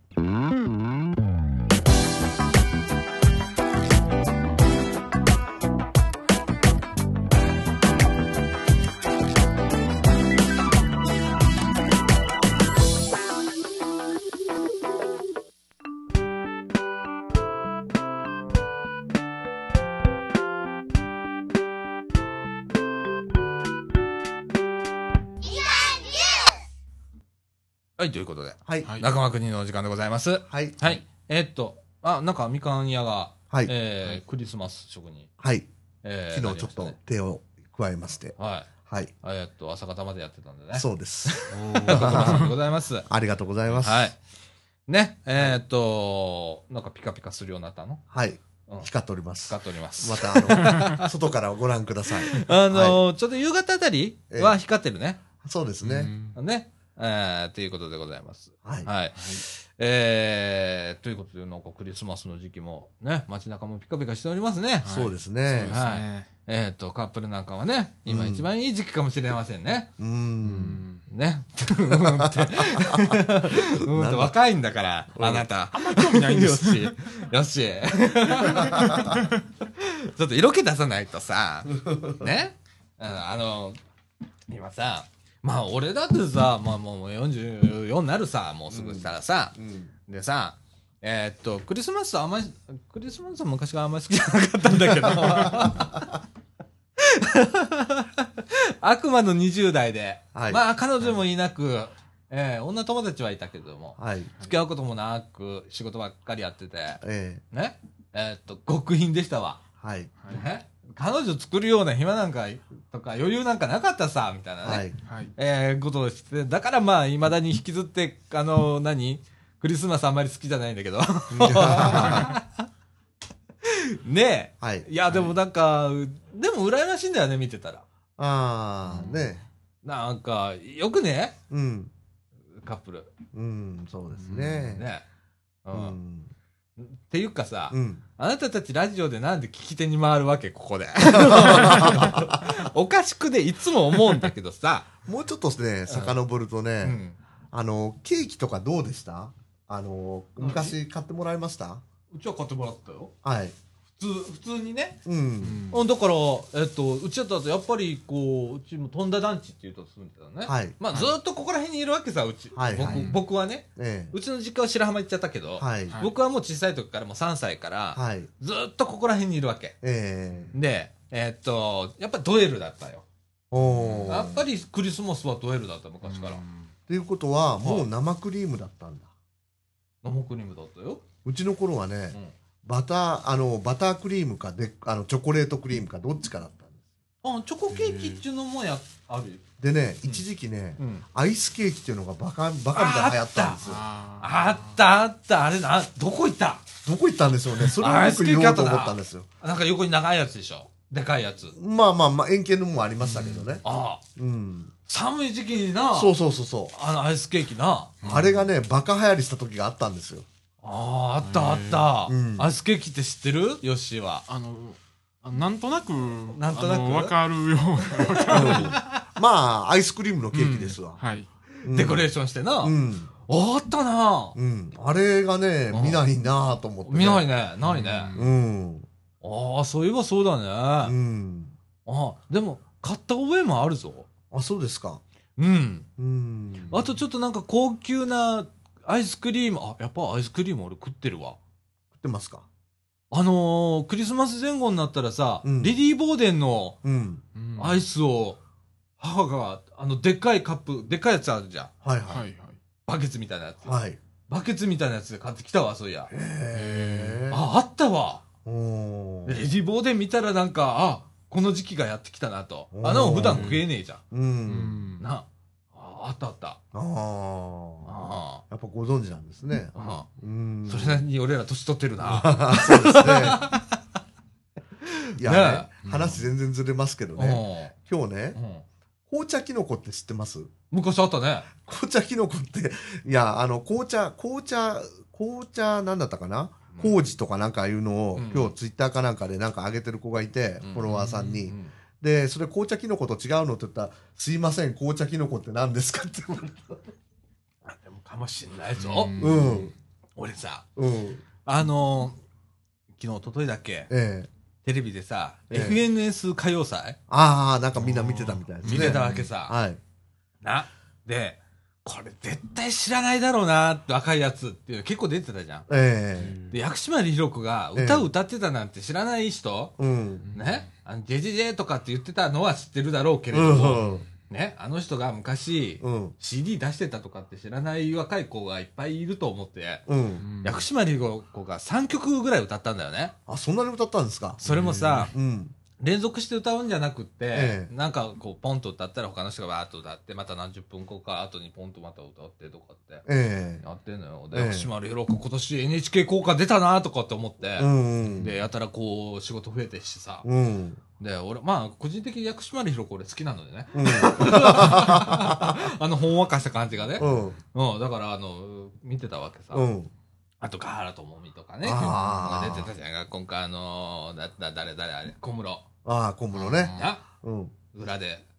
はい、ということで、 はい。 はい中川国のお時間でございます。 はい。 はい。えーっと、あ、なんかみかん屋が、 はい。 えークリスマス食に、 はい。 えー昨日ちょっとなりま手を加えまして。 したねはい。 はい。 えーっと、朝方までやってたんでね。 そうです。 ご苦労様でございます。 ありがとうございます。 はい。ね、えーっと、なんかピカピカするようになったのはい。 うん。 光っております。 使っております。 また、あの、外からご覧ください。 あのーちょっと夕方あたりは光ってるね。 そうですね。 ね。えー、ということでございます。 はい。 はい。えー、ということで、なんかクリスマスの時期もね、街中もピカピカしておりますね。 そうですそうねで。すね。 えーっと、カップルなんかはね、今うん一番いい時期かもしれませんね。 う。 うんん。 ね。うんって。うんって若いんだから、あなた。 あんまり興味ないんです。 よし。よし。ちょっと色気出さないとさ、ね。あの、あの今さ、 まあ俺だってさ、まあもうよんじゅうよんになるさ、もうすぐしたらさ、 うんでさ、えーっと、クリスマスあんまり、クリスマスは昔からあんまり好きじゃなかったんだけど、悪魔のにじゅう代で、 はいまあ彼女もいなく、えー女友達はいたけども、 はい。 付き合うこともなく、仕事ばっかりやってて、 えね、えーっと、極貧でしたわ。 えはい。 ね、彼女作るような暇なんか、とか余裕なんかなかったさ、みたいなね。 はい。 はい。 えー、ことをして、だからまあ、未だに引きずって、あの、何クリスマスあんまり好きじゃないんだけど。ねはい。 え。いや、でもなんか、でも羨ましいんだよね、見てたら。 ああ、ね。 なんか、よくね、 うん。 カップル。 うん、そうですね。 ね。う。 うんん。 っていうかさ、 うん。 あなたたちラジオでなんで聞き手に回るわけ、ここで。おかしくでいつも思うんだけどさ。 もうちょっとね、遡るとうね、 ん。 あの、ケーキとかどうでした？あの、昔買ってもらいました？ うちは買ってもらったよ。 はい。 普通、普通にね。 う。 うんんうん、だから、えっと、うちだったらやっぱりこう、うちも飛んだ団地っていうと住んでたのね。 はい。 まあ、ずーっとここら辺にいるわけさ、うち。 はいはい僕僕はね。 えうちの実家は白浜行っちゃったけど、 え。はい。 はい僕はもう小さい時からもうさんさいから、 はい。 ずーっとここら辺にいるわけ。 ええ。 で、えっと、やっぱドエルだったよ。 おー。 やっぱりクリスマスはドエルだった、昔から。 っていうことは、もう生クリームだったんだ。 生クリームだったよ。 うちの頃はね、 うん。 バター、あの、バタークリームかで、あの、チョコレートクリームかどっちかだったんです。 あ、チョコケーキっていうのもや、あるよ。 でね、 うん一時期ね、 うん。 アイスケーキっていうのがバカ、バカみたいに流行ったんですよ。 あったあった、あれな、どこ行ったどこ行ったんでしょうね。それをよく言おうと思ったんですよ。 なんか横に長いやつでしょ。でかいやつ。 まあまあまあ、円形のもありましたけどね。 ああ。 うん。 寒い時期にな、 そうそうそうそう。 あのアイスケーキな。 あれがね、バカ流行りした時があったんですよ。 ああ、あったあった、 うんアイスケーキって知ってるヨッシーは。 あの、あなんとなく、 なんとなくあのわかるような。 まあ、アイスクリームのケーキですわ。 はい。 うんデコレーションしてな。 うん。 あったな、 うん。あれがね、見ないなぁと思って、 見ないね。ないね。 うん。 ああ、そういえばそうだね。 うあん。 あ、でも、買った覚えもあるぞ。 あ、そうですか。 うん。 うん。 あとちょっとなんか高級なアイスクリーム。あ、やっぱアイスクリーム俺食ってるわ。 食ってますか？ あのー、クリスマス前後になったらさ、 うんレディー・ボーデンのうん。 アイスを、母が、あの、でっかいカップ、でっかいやつあるじゃん。 はいははいい。 はい。 バケツみたいなやつ。 はい。 バケツみたいなやつで買ってきたわ、そういや。 へー。 あ、あったわ。 おー。 レディー・ボーデン見たらなんか、あ、この時期がやってきたなと。 おーあの普段食えねえじゃ。 うんん。 な。あ、あったあった。 ああ。 あやっぱご存知なんですね。 あ。 うん。 それなりに俺ら年取ってるな。 そうですね。いやねね、 話全然ずれますけどね。 うん今日ね、 うん紅茶キノコって知ってます？ 昔あったね。 紅茶キノコって、いや、あの、紅茶、紅茶、紅茶なんだったかな、 うん麹とかなんかいうのを、 うん今日ツイッターかなんかでなんか上げてる子がいて、 うんフォロワーさんに。 うんで、それ紅茶キノコと違うのって言ったら、すいません、紅茶キノコって何ですかって言われた。 あでもかもしんないぞ。 うん。 俺さ、 うん。 あのー、昨日、一昨日だっけ、 ええ。 テレビでさ、 ええエフエヌエス 歌謡祭ああ、なんかみんな見てたみたいですね。 見てたわけさ。 はい。 な。で、これ絶対知らないだろうなって若いやつっていうの結構出てたじゃん。 えで、薬師丸ひろ子が歌を歌ってたなんて知らない人、 え。うん。 ね、あの、ジェジェジェとかって言ってたのは知ってるだろうけれうども、 ん。 ね、あの人が昔、 うん。 シーディー 出してたとかって知らない若い子がいっぱいいると思って、 うん。 薬師丸ひろ子がさんきょくぐらい歌ったんだよね。 あ、そんなに歌ったんですか？ それもさ、 うん。 連続して歌うんじゃなくって、 ええなんかこうポンと歌ったら他の人がバーッと歌ってまた何十分後か後にポンとまた歌ってとかってええ。 やってんのよ。で、 ええ薬師丸ひろ子今年 エヌエイチケー 効果出たなとかって思って、 うんうん。 でやたらこう仕事増えてしさ、 うん。 で俺まあ個人的に薬師丸ひろ子俺好きなのでねうん。 あのほんわかした感じがね、 うん。 うん、だからあの見てたわけさ、 うん。 あと、河原智美とかね、 あーが出てたじゃん。今回あのー、だ、だ、誰、誰、あれ、小室。 ああ、小室ね。 な、 うん。 裏で、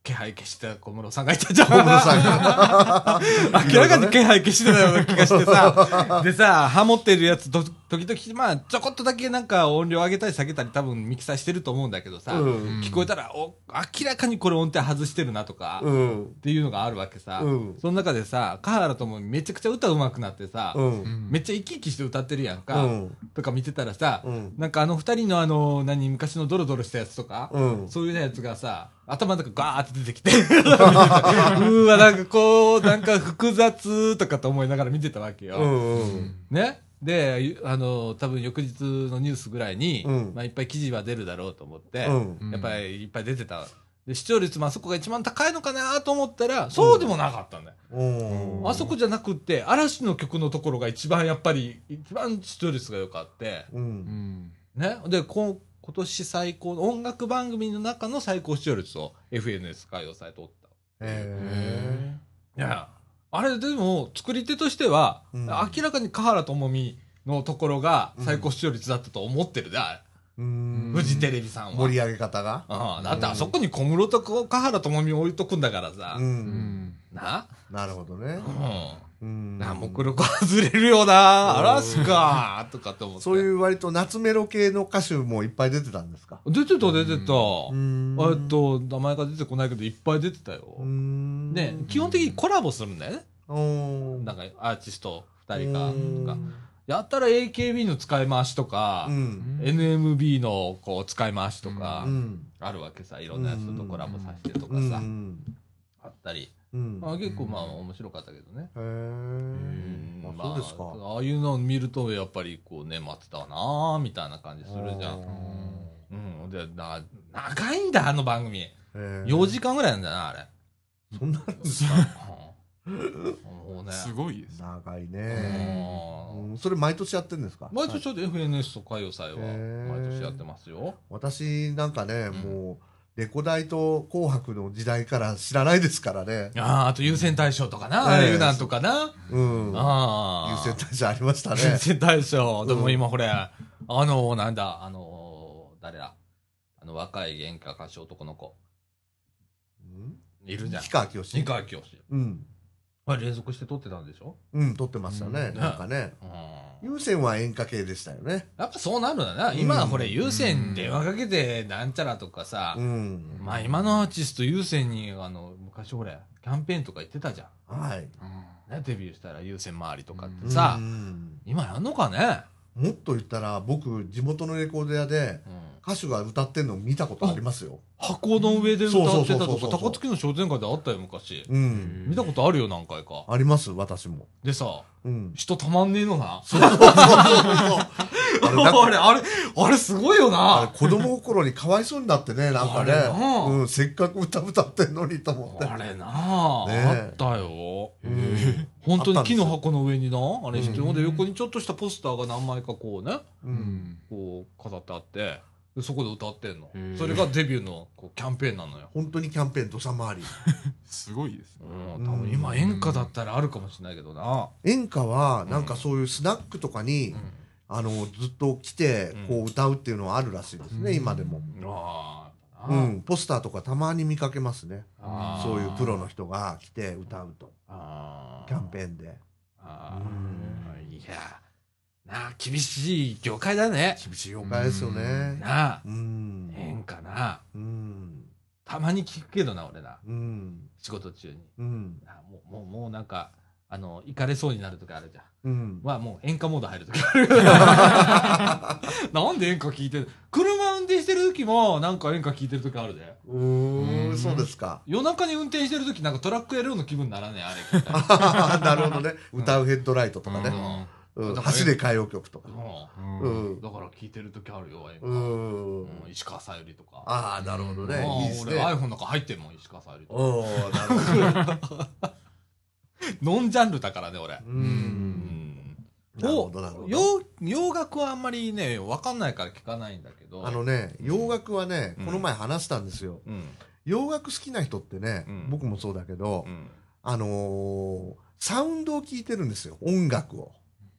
気配消してた小室さんがいたじゃん。 小室さんが。 明らかに気配消してたような気がしてさ。でさ、ハモってるやつと、時々、まあ、ちょこっとだけなんか音量上げたり下げたり多分ミキサーしてると思うんだけどさ、 うん、 聞こえたら、お、明らかにこれ音程外してるなとか、 うん、 っていうのがあるわけさ。 うん、 その中でさ、河原ともめちゃくちゃ歌上手くなってさ、 うんうんめっちゃ生き生きして歌ってるやんか、 うんとか見てたらさ、 うんなんかあの二人のあの、何、昔のドロドロしたやつとか、 うんそういうやつがさ、頭の中ガーって出てきて、うーわ、なんかこう、なんか複雑とかと思いながら見てたわけよ。 うんうんねで、あの、多分翌日のニュースぐらいに、 うんまあいっぱい記事は出るだろうと思って、 うんやっぱりいっぱい出てた。で、視聴率もあそこが一番高いのかなと思ったら、そうでもなかったんだよ。 うんあそこじゃなくって、嵐の曲のところが一番やっぱり、一番視聴率が良かって、 ううんんね。で、こ今年最高の音楽番組の中の最高視聴率を エフエヌエス 歌謡祭取った。 へいや、あれでも作り手としては、 うん明らかに華原朋美のところが最高視聴率だったと思ってるで、あれーうんフジテレビさんは。 盛り上げ方がうんだってあそこに小室と華原朋美置いとくんだからさ。 ううんんななるほどねう。 うんんな、目録外れるよな、嵐かとかって思って。 そういう割と夏メロ系の歌手もいっぱい出てたんですか出てた出てた。 うんえっと、名前が出てこないけど、いっぱい出てたよ。 うんね、基本的にコラボするんだよね。 うんなんか、アーティストふたりか、 うんとか。やったら エーケービー の使い回しとか、 うんエヌエムビー のこう使い回しとかう、んあるわけさ。いろんなやつとコラボさせてとかうさ、 んあったり。 うんあ結構まあ面白かったけどね。 へうんえまそうですかああいうのを見ると、やっぱりこうね、待ってたわなーみたいな感じするじゃん。うん。で、な、長いんだ、あの番組。 へーよじかんぐらいなんだな、あれ。 そんなのですかうんもうね。 すごいです。 長いねうんうんそれ毎年やってるんですか毎年ちょっと エフエヌエス と歌謡祭はへー毎年やってますよ。 私なんかねんもうレコ大と紅白の時代から知らないですからねああ、あと優先大賞とかな、あええあいうなんとかな。 うんああ。 優先大賞ありましたね優先大賞。でもうん今これ、あの、なんだ、あの、誰だ。あの、若い演歌歌手男の子。 うんいるじゃん。 氷川きよし二川教師。 うんあれ連続して撮ってたんでしょうん撮ってましたねうんなんかねうん。 優先は演歌系でしたよねやっぱそうなるんだな。今はこれ優先電話かけてなんちゃらとかさう。んまあ今のアーティスト優先に、あの、昔ほれ、キャンペーンとか言ってたじゃはいん。ね、デビューしたら優先周りとかってうさ、 ん今やんのかねもっと言ったら僕地元のレコード屋でうん。 歌手が歌ってんの見たことありますよ箱の上で歌ってたそうそうとか、 そうそうそう高槻の商店街であったよ、昔。 うん見たことあるよ、何回か。 あります私もでさ、 うん人たまんねえのな。 そうそうそうそうあれなんかあれ、あれ、あれすごいよあれな。 子供心にかわいそうになってね、なんかねあれなあ、 うん、せっかく歌歌ってんのにと思って。 あれなあ、 ねえあったよ。 うん本当に木のあっ箱の上にな、あれして、 うんほんで横にちょっとしたポスターが何枚かこうね、 ううんん。 こう飾ってあって、でそこで歌ってんのへえ。 それがデビューのこうキャンペーンなのよ。 本当にキャンペーン土佐回り。 すごいですね。 うん、多分今演歌だったらあるかもしれないけどな。 演歌は、なんかそういうスナックとかに、 うんあの、ずっと来て、こう歌うっていうのはあるらしいですね、 うん今でも。 ああ、 うやっん、ポスターとかたまに見かけますね。 ぱなそういうプロの人が来て歌うと。 あキャンペーンで。 あうんーいや、なあ、厳しい業界だね。 厳しい業界ですよね。 なあ、 うん。 演歌な。 うん。 たまに聞くけどな、俺な。 うん。 仕事中に。 うん。 なもう、もう、もうなんか、あの、行かれそうになる時あるじゃん。 うん。 は、もう演歌モード入る時ある。なんで演歌聞いてる車運転してる時も、なんか演歌聞いてる時あるで。 うーん、そうですか。 夜中に運転してる時なんかトラックやるような気分にならねえ、あれ聞いたら。 なるほどね。歌うヘッドライトとかね。うん。走れ歌謡曲とか。 うんうん。 だから聞いてる時あるよ、演歌。 う。 うんん石川さゆりとか。 ああ、なるほどね。 ああいいですね。 俺 iPhone の中入ってんもん、石川さゆりとか。 おー、なるほど。 ノンジャンルだからね、俺。 う。 うんん。 なるほど、なるほど。 洋洋楽はあんまりね、わかんないから聞かないんだけど。 あのね、洋楽はねうん、 この前話したんですよ。 うん。 洋楽好きな人ってねうん、 僕もそうだけどう、ん。 あのー、サウンドを聞いてるんですよ。音楽を。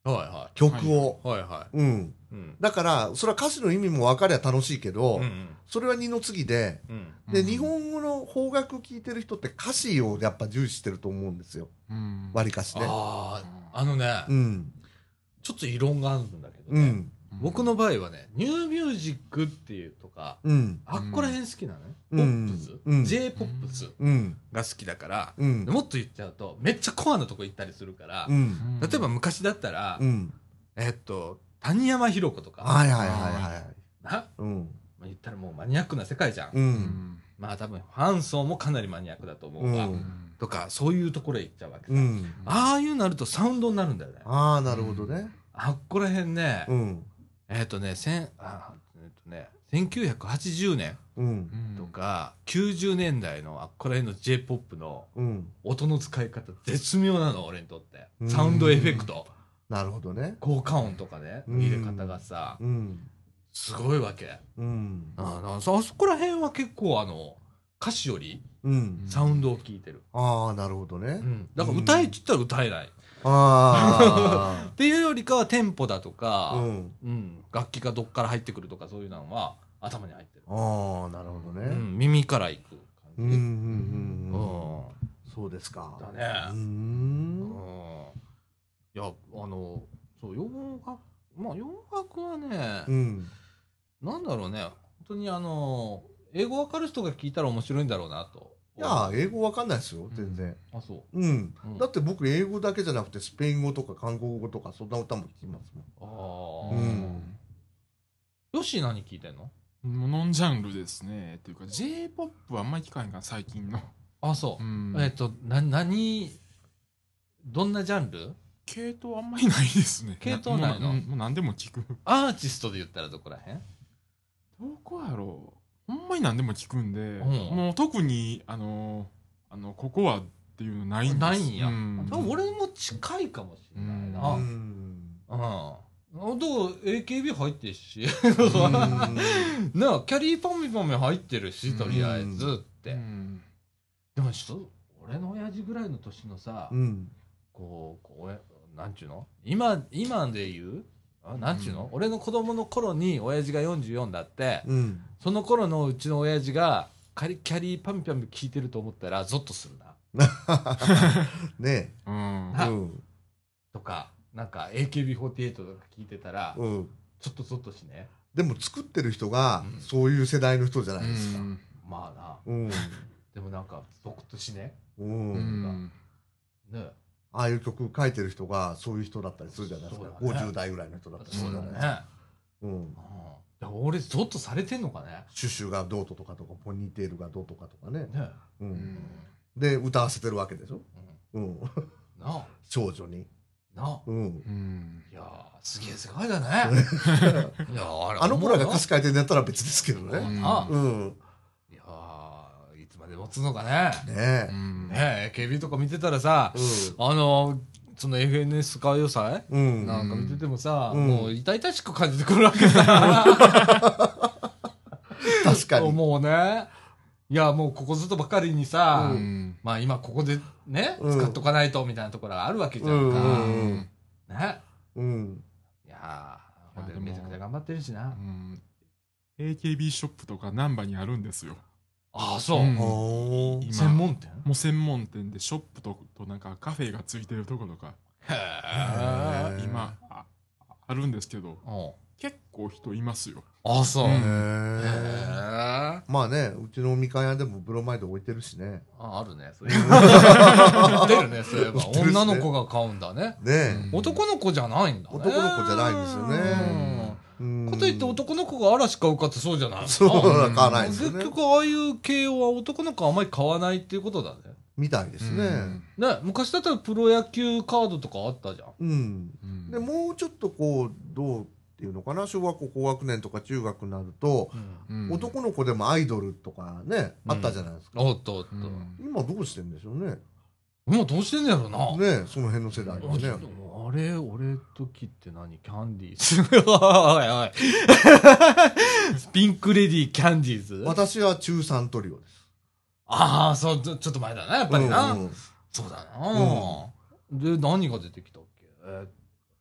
はいは曲を。 い。はいはうん。 い。うん。 だから、それは歌詞の意味も分かりゃ楽しいけど、 うんそれは二の次で、 うん。 で、 うん日本語の邦楽聴いてる人って歌詞をやっぱ重視してると思うんですよ。 うん割りかしね。 ああ、あのね、 うん。 ちょっと異論があるんだけどね。 うん。 僕の場合はね、ニューミュージックっていうとか、 うん。 あっこら辺好きなのね。 うんポップス、 うん J ポップスうん。 が好きだから、 うん。 もっと言っちゃうと、めっちゃコアなとこ行ったりするから、 うん。 例えば昔だったら、 うん。 えっと、谷山ひろ子とか、 はいはいはいはい。 な、 うん。 まあ、言ったらもうマニアックな世界じゃん。 う。 うんんまあ多分ファン層もかなりマニアックだと思うわ。 うんとか、そういうところへ行っちゃうわけさ。 うん。 ああいうなるとサウンドになるんだよね。 ああ、なるほどね。 あっこら辺ね、 うん。 えっ、とね、せん、あ、えっ、とね、せんきゅうひゃくはちじゅうねうん。 んとか、きゅうじゅうねんだいのあっこら辺の J-ポップ のうん。 音の使い方絶妙なの、俺にとってう。んサウンドエフェクト、 なるほどね。 効果音とかね、 うん入れ方がさ、 うん。 すごいわけ。 うん。 ああそあそこら辺は結構あの、歌詞よりうん。 サウンドを聞いてる。 ああ、なるほどね。 うん。だから歌えって言ったら歌えない。 あっていうよりかはテンポだとあ。 か、 うん。 うん、楽器がどっから入ってくるとかそういうのは頭に入ってる。 ああ、なるほどね。 うん、耳からいくうん。うん。 感じ。 うん。 うんうん。そうですか。 だうね。うん。 ん。 いや、あの、そう、洋楽、まあ洋楽はね、 うん。 なんだろうね、本当にあの、英語わかる人が聞いたら面白いんだろうなと。 いや、英語わかんないですよ、全然。 あ、そうんうん。 だって僕、英語だけじゃなくて、スペイン語とか韓国語とか、そんな歌も聞きますもん。 う。ああ。 うんよし、何聞いてんの？ もうノンジャンルですね。っていうか J-ポップ はあんまり聞かへんから最近の。 あ、そうう。 んえっと、な、何、どんなジャンル？ 系統あんまりないですね。 系統ないのもうもう何でも聞く。 アーティストで言ったらどこらへん？ どこやろう。ほんまに何でも聞くんで、 うんもう特にあのあのここはっていうのないんです。 ないんや。 うん多分俺も近いかもしれないな。 ううん。 ん。 どう エーケービー 入ってるし。 うんなあ、キャリーパミュパミュ入ってるし、とりあえずって。 うんでもちょっと、俺の親父ぐらいの年のさ、 うん。 こう、こう、なんちゅうの今、今で言うあなんちゅうの、 うん俺の子供の頃に親父がよんじゅうよんだって、 うん。 その頃のうちの親父がカリキャリーパミュパミュ聞いてると思ったらゾッとするな。 ねうんえ。 なうん。 とか、なんか エーケービーフォーティーエイト とか聞いてたら、 うん。 ちょっとゾッとしね。 でも作ってる人がうんそういう世代の人じゃないですか。 うんまあうん。 な。でもなんか、ゾクッとしね。 う。 うんんね。 ああいう曲書いてる人がそういう人だったりするじゃないですか。 そうだねごじゅう代ぐらいの人だったりすそうるじゃだね。 ないですか。うん。 うんだから俺、ゾッとされてんのかね。 シュシュがどうととかとか、ポニーテールがどうとかとかね。 ね。 う。 うんんで、歌わせてるわけでしょ。 うんうん。 なあ、 少女に。 なあ。 うん。 うんいやー、すげえ世界だね。いやーあれあの子らが歌詞か書いてんやったら別ですけどうね。 んあうん。 いやーいつまで持つのかね。 ねえ。 うんねえ、ケービー とか見てたらさ、 うあの、その エフエヌエス 歌謡祭ん。うん。 なんか見ててもさ、 うんもう痛々しく感じてくるわけさ。 確かに。 もうね。いや、もうここずっとばかりにさ、 ううんまあ今ここでね、 うん使っとかないとみたいなところがあるわけじゃうんんか。 うんね。 うん。 いやー、ほんでいやでもめちゃくちゃ頑張ってるしな。 うん エーケービー ショップとか難波にあるんですよ。 ああ、そう。 うんおー。 今専門店もう専門店でショップととなんかカフェがついてるところとかへへー今ああるんですけどえ。 結構人いますよ。 ああ、そう。 うんへへえ。 え。まあね、うちのみかん屋でもブロマイド置いてるしね。 あ、あるね。そういう。売ってるね、そういえば。 売ってるっすね女の子が買うんだね。 ねうん男の子じゃないんだね。 男の子じゃないんですよねうんえ。うんこと言って男の子が嵐買うかってそうじゃないそうは買わない結ですよね。 局ああいう系は男の子はあまり買わないっていうことだね。 みたいですね。 ね、昔だったらプロ野球カードとかあったじゃん。 うん。 うんで、もうちょっとこう、どうっていうのかな、小学校高学年とか中学になると、 うん男の子でもアイドルとかね、 うんあったじゃないですか。 おっとおっと。 うん今どうしてんでしょうね。 今どうしてんねやろな。 ねその辺の世代はね。 あれ、俺時って何キャンディーズおいおい。ピンクレディーキャンディーズ私は中さんトリオです。 ああ、そう、ちょちょっと前だな、やっぱりな。 うんうんそうだな、で、何が出てきたっけえー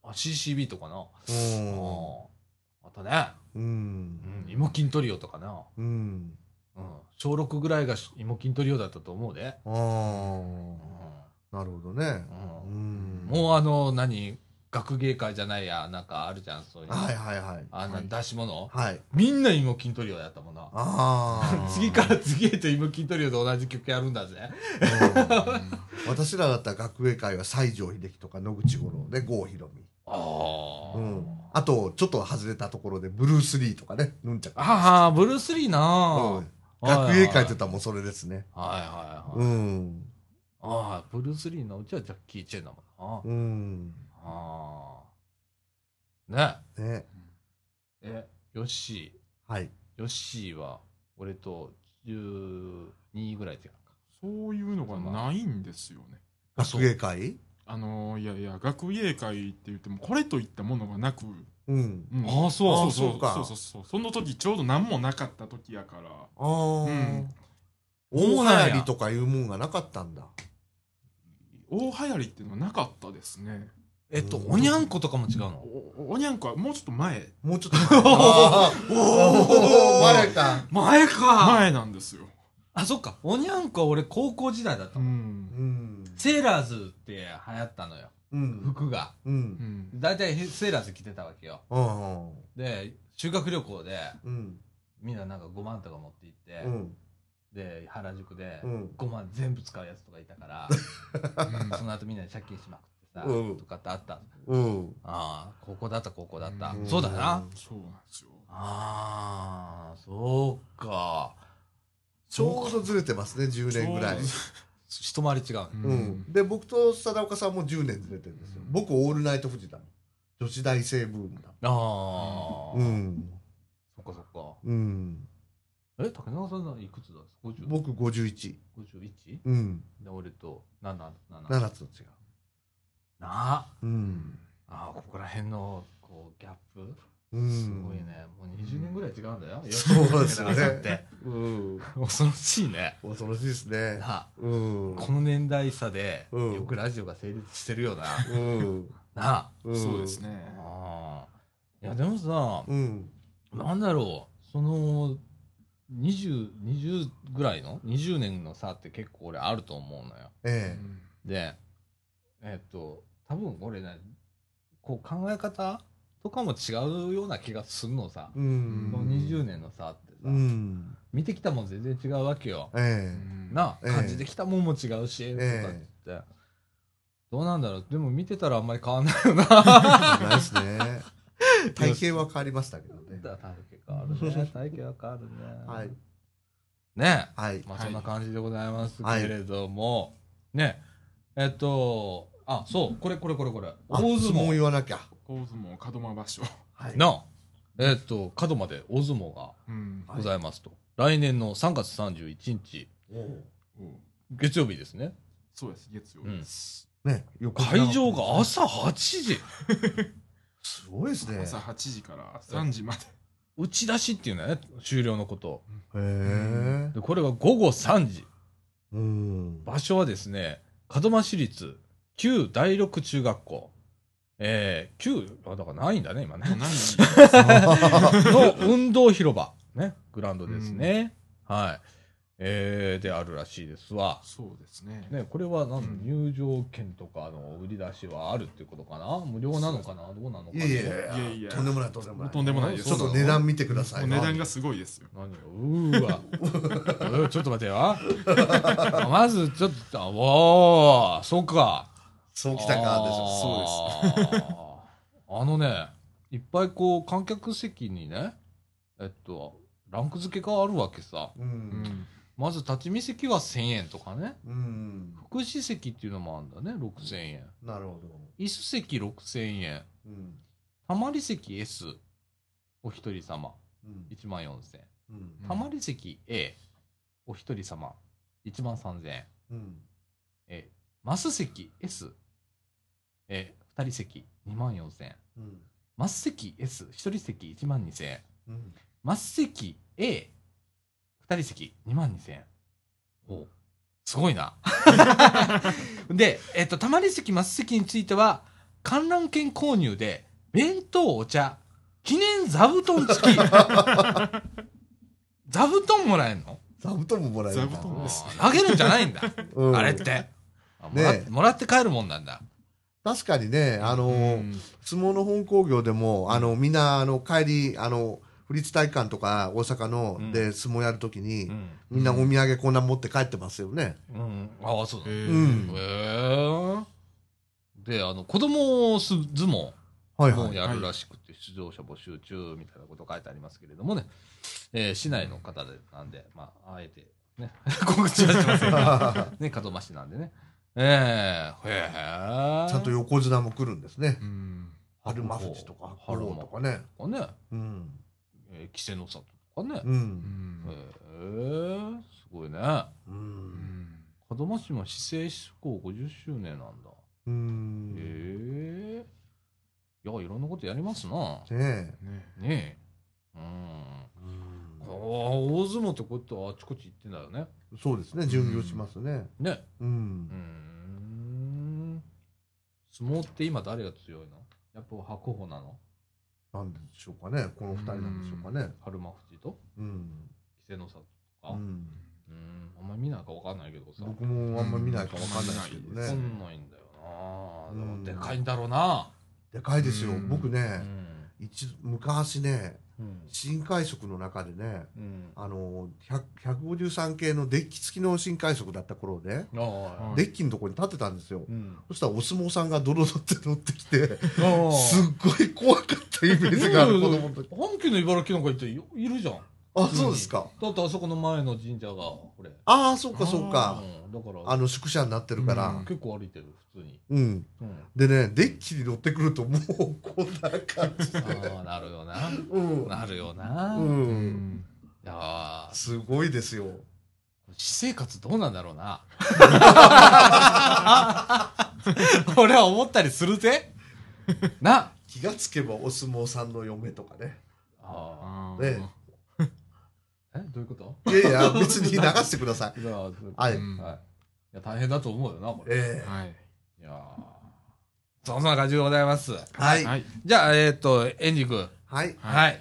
あ シーシービー とかな。 うんああとね、 ううんん、イモキントリオとかな。 うんうん、小ろくぐらいがイモキントリオだったと思うで。 あうんあなるほどねううんんもうあの、何、学芸会じゃないや、なんかあるじゃん、そういうの。 はいはいはいあんな出し物、 はいみんなイモキントリオやったもんな。 ああ次から次へとイモキントリオと同じ曲やるんだぜ。 うん私らだったら学芸会は西城秀樹とか野口五郎で郷ひろみああ。 うんあとちょっと外れたところでブルース・リーとかねヌンチャクああ、ブルース・リーな、 うん学芸会って言ったらもうそれですねはいはいうはい。 んああ、ブルース・リーのうちはジャッキー・チェンだもんな。 うんああ。ね。 ねえ、ヨッシはいー。ヨッシーは、俺とじゅうにぐらい違うか。 そういうのがないんですよね。 あそう学芸会あのーいやいや、学芸会って言っても、これといったものがなく、 うんうんああ、そう。 そうそうかそうそうそう。その時ちょうど何もなかった時やから、 ああ、 ん大流行りとかいうもんがなかったんだ大流行りっていうのはなかったですね。 えっと、 うんおにゃんことかも違うのおおにゃんこはもうちょっと前、 もうちょっと前あーおお前か前か前なんですよ。 あ、そっか。おにゃんこは俺高校時代だったう。 もん。 うんんセーラーズって流行ったのよ。 うん服が。 ううんん。 だいたいセーラーズ着てたわけよ。 うんで、修学旅行で、 うんみんななんかごまんとか持って行って、 うんで、原宿でうんごまん全部使うやつとかいたから、その後みんなで借金しまくってさ、 うんとかってあった。 うんああ、高校だった高校だった。 うんそうだな。 そうなんですよ。 ああ、そうか。 ちょうどずれてますねじゅうねんぐらい一回り違う。 ううんで僕と貞岡さんもじゅうねんずれてるんですようん僕オールナイトフジだもん女子大生ブームだああ、 うんそっかそっか。 うんえ、竹中さんはいくつだ ?ごじゅう? 僕ごじゅういちごじゅういち? うんで、俺となな、なな。 ななつと違うなあ。 うんああ、ここら辺の、こう、ギャップうんすごいね。もうにじゅうねんぐらい違うんだよ。 そうですよね竹中さんって。 うん恐ろしいね。 恐ろしいですねなあ、 うんこの年代差で、 うんよくラジオが成立してるよな。 うんなあ。 うんそうですね。 ああ。いや、でもさ、 うんなんだろう、その、にじゅう、にじゅうぐらいの ?にじゅう 年の差って結構俺あると思うのよ。 えで、えっと、多分俺ね、こう考え方とかも違うような気がするのさ。 えうんこのにじゅうねんの差ってさ、 うん見てきたもん全然違うわけよ。 えなあ、 ええ感じてきたもんも違うし、とかえって。どうなんだろう。でも見てたらあんまり変わんないよな。 えないですね体型は変わりましたけどね体型変わるね。体型は変わるね。 はいねはいまあ、 はいそんな感じでございますはいけれども、ね、えっと、あ、そう、これこれこれこれ、 あ大相撲。 言わなきゃ大相撲門真場所。 はいな、えっと、角まで大相撲がうん。 ございますと。来年のさんがつさんじゅういちにち、 おうお月曜日ですね。 そうです、月曜日です。 ね横会場が朝はちじ。 すごいですね朝はちじからさんじまで。 打ち出しっていうね、終了のこと。 へえで、これがごごさんじ。 うん場所はですね、門真市立旧第六中学校。えー、旧、あ、だからないんだね、今ね。 もう何の運動広場。ね、グラウンドですね。はい。えー、であるらしいですわ。 そうですね。 ね、これは何、 うん入場券とかの売り出しはあるっていうことかな無料なのかなどうなのかないやいやいいやいややとんでもないとんでもないとんでもないです。 ちょっと値段見てくださいもう値段がすごいですよ。 何うーわ。うーちょっと待てよ。まず、ちょっと、あおー、そうか。 そうきたかでしょそうです。あのね、いっぱいこう、観客席にね、えっと、ランク付けがあるわけさ。 ううんん。 まず立ち見席はせんえんとかね。 うん福祉席っていうのもあるんだね、ろくせんえん。 なるほど椅子席ろくせんえん。 うんたまり席 S、お一人様、 うんいちまんよんせんえん。 うんたまり席 A、お一人様、いちまんさんぜんえん。 うんえー、マス席 S、えー、二人席にまんよんせんえん。 うんマス席 S、一人席いちまんにせんえん。 うんマス席 A、二人席にまんにせんえん。おすごいな。で、えっと、たまり席、マス席については、 観覧券購入で、弁当お茶、記念座布団付き。座布団もらえんの？ 座布団ももらえるんだ座布団です投げるんじゃないんだ。 うんあれって。あもらねえもらって帰るもんなんだ。 確かにね、あのーうん相撲の本興行でも、あの、みんな、あの、帰り、あの、府立体育館とか大阪のうんで相撲やるときに、 うん。 みんなお土産こんな持って帰ってますよね。 うん。ああ、そうだ。へえーうんえ。で、あの、子供相撲はいはい。 もやるらしくて、出場者募集中みたいなこと書いてありますけれどもね。えー市内の方でなんで、まあ、あえて、ね、告知はしませんが、ね、門真市なんでね。ええへえ。 ちゃんと横綱も来るんですね。 うん春馬富士とか、 春馬とかね。 とかね、 うん。 えー、稀勢の里とかね。 う。 うんんへえ、すごいね。 う。 うんん門真市も市政施行ごじゅっしゅうねんなんだ。 うん。ねへえ。いや、いろんなことやりますな。 え。 ねねえ。うん。ああ、大相撲ってこうやってあちこち行ってんだよね。 そうですね。巡業しますね。 ね。 う。 うんん。相撲って今誰が強いの？やっぱ白鵬なの？ なんでしょうかね。この二人なんでしょうかね。 春馬富士とうん。 稀勢の里とか。 うん。 うん。あんまり見ないかわかんないけどさ。 僕もあんま見ないかわかんないですけどわかね。 んないんだよな。でうんもでかいんだろうな。 でかいですよう。んう僕ね、 ん。 一昔ね、 うん。 新快速の中でね、 うん。 あの、ひゃく ひゃくごじゅうさん系のデッキ付きの新快速だった頃で、 ああ。 うんデッキのところに立ってたんですよ。 うん。 そしたらお相撲さんがドロドロって乗ってきて、 ああ。 すっごい怖かったイメージがある子供の時。 本家の茨城なんか行っていいるじゃん。 あ、そうですか。 だってあそこの前の神社が、これ。 ああ、そうかそうか。 うん。だから、 あの宿舎になってるから。 うん結構歩いてる、普通に。 うん。 うん。 でね、デッキに乗ってくるともうこんな感じで。 ああ、なるよな。 うん。 なるよな。 う。 うんんいやー、 すごいですよ。 私生活どうなんだろうな。俺は思ったりするぜ。な。 気がつけばお相撲さんの嫁とかね。 ああねあ。え、どういうこと？ いやいや、別に流してください。 いや、 はい。 うんはい。いや、大変だと思うよな、これ。 ええはいいやーそんな感じでございます。 はい。 はいじゃあ、えっと、エンディング。 はい。 はい。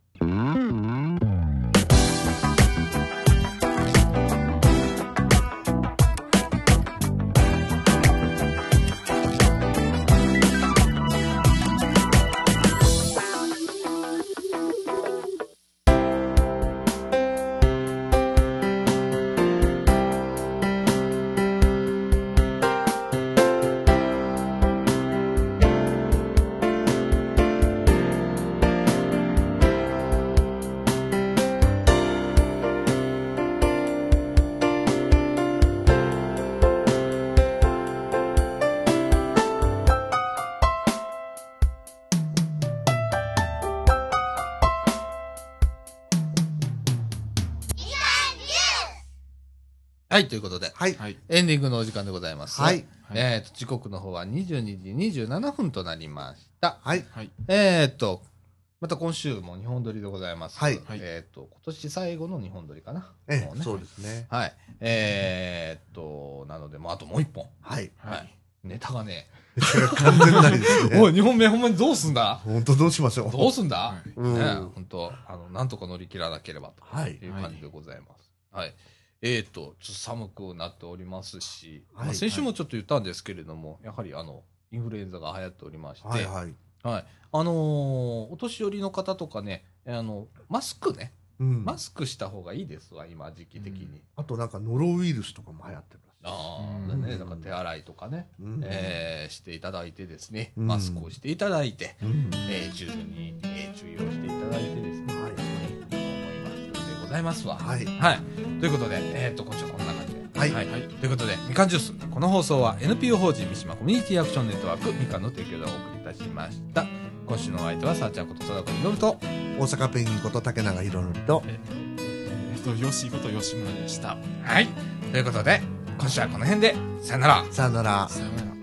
はい、ということで、 はい。 はいエンディングのお時間でございます。 はい。 えっと、時刻の方はにじゅうにじにじゅうななふんとなりました。 はい。 はいえっと、また今週も日本撮りでございます。 はいえっと、今年最後の日本撮りかな。 えもうねそうですね。 はい。えーっと、なので、もうあともう一本。 はい。 はい。 はいネタがね。 完全ないですね。 おい、にほんめほんまにどうすんだ本当どうしましょう。 どうすんだ、 はいうんね本当あの、なんとか乗り切らなければはいという感じでございます。はい。えーっと、ちょっと寒くなっておりますし、 はいまあ、先週もちょっと言ったんですけれども、やはりあの、インフルエンザが流行っておりまして、 はいはい。 はい。あのーお年寄りの方とかね、あの、マスクね、 うん。 マスクした方がいいですわ、今、時期的に。 あとなんかノロウイルスとかも流行ってるらしい。 ああ、 うんだね、だから手洗いとかね、 うんえーしていただいてですね、 うんマスクをしていただいて、 うんえー十分に、えー注意をしていただいてですね、 はい思いますでございますわ。 はいはい。ということで、えーっと、今週はこんな感じで。 はいはい。ということで、みかんジュース。この放送は エヌピーオー 法人三島コミュニティアクションネットワークみかんの提供でお送りいたしました。今週のお相手は、さあちゃんこと貞子みのると、 大阪ペンギンこと竹永宏典と、 えっとよしこと吉村でしたはい。ということで、今週はこの辺で、さよなら。 さよなら。 さようなら。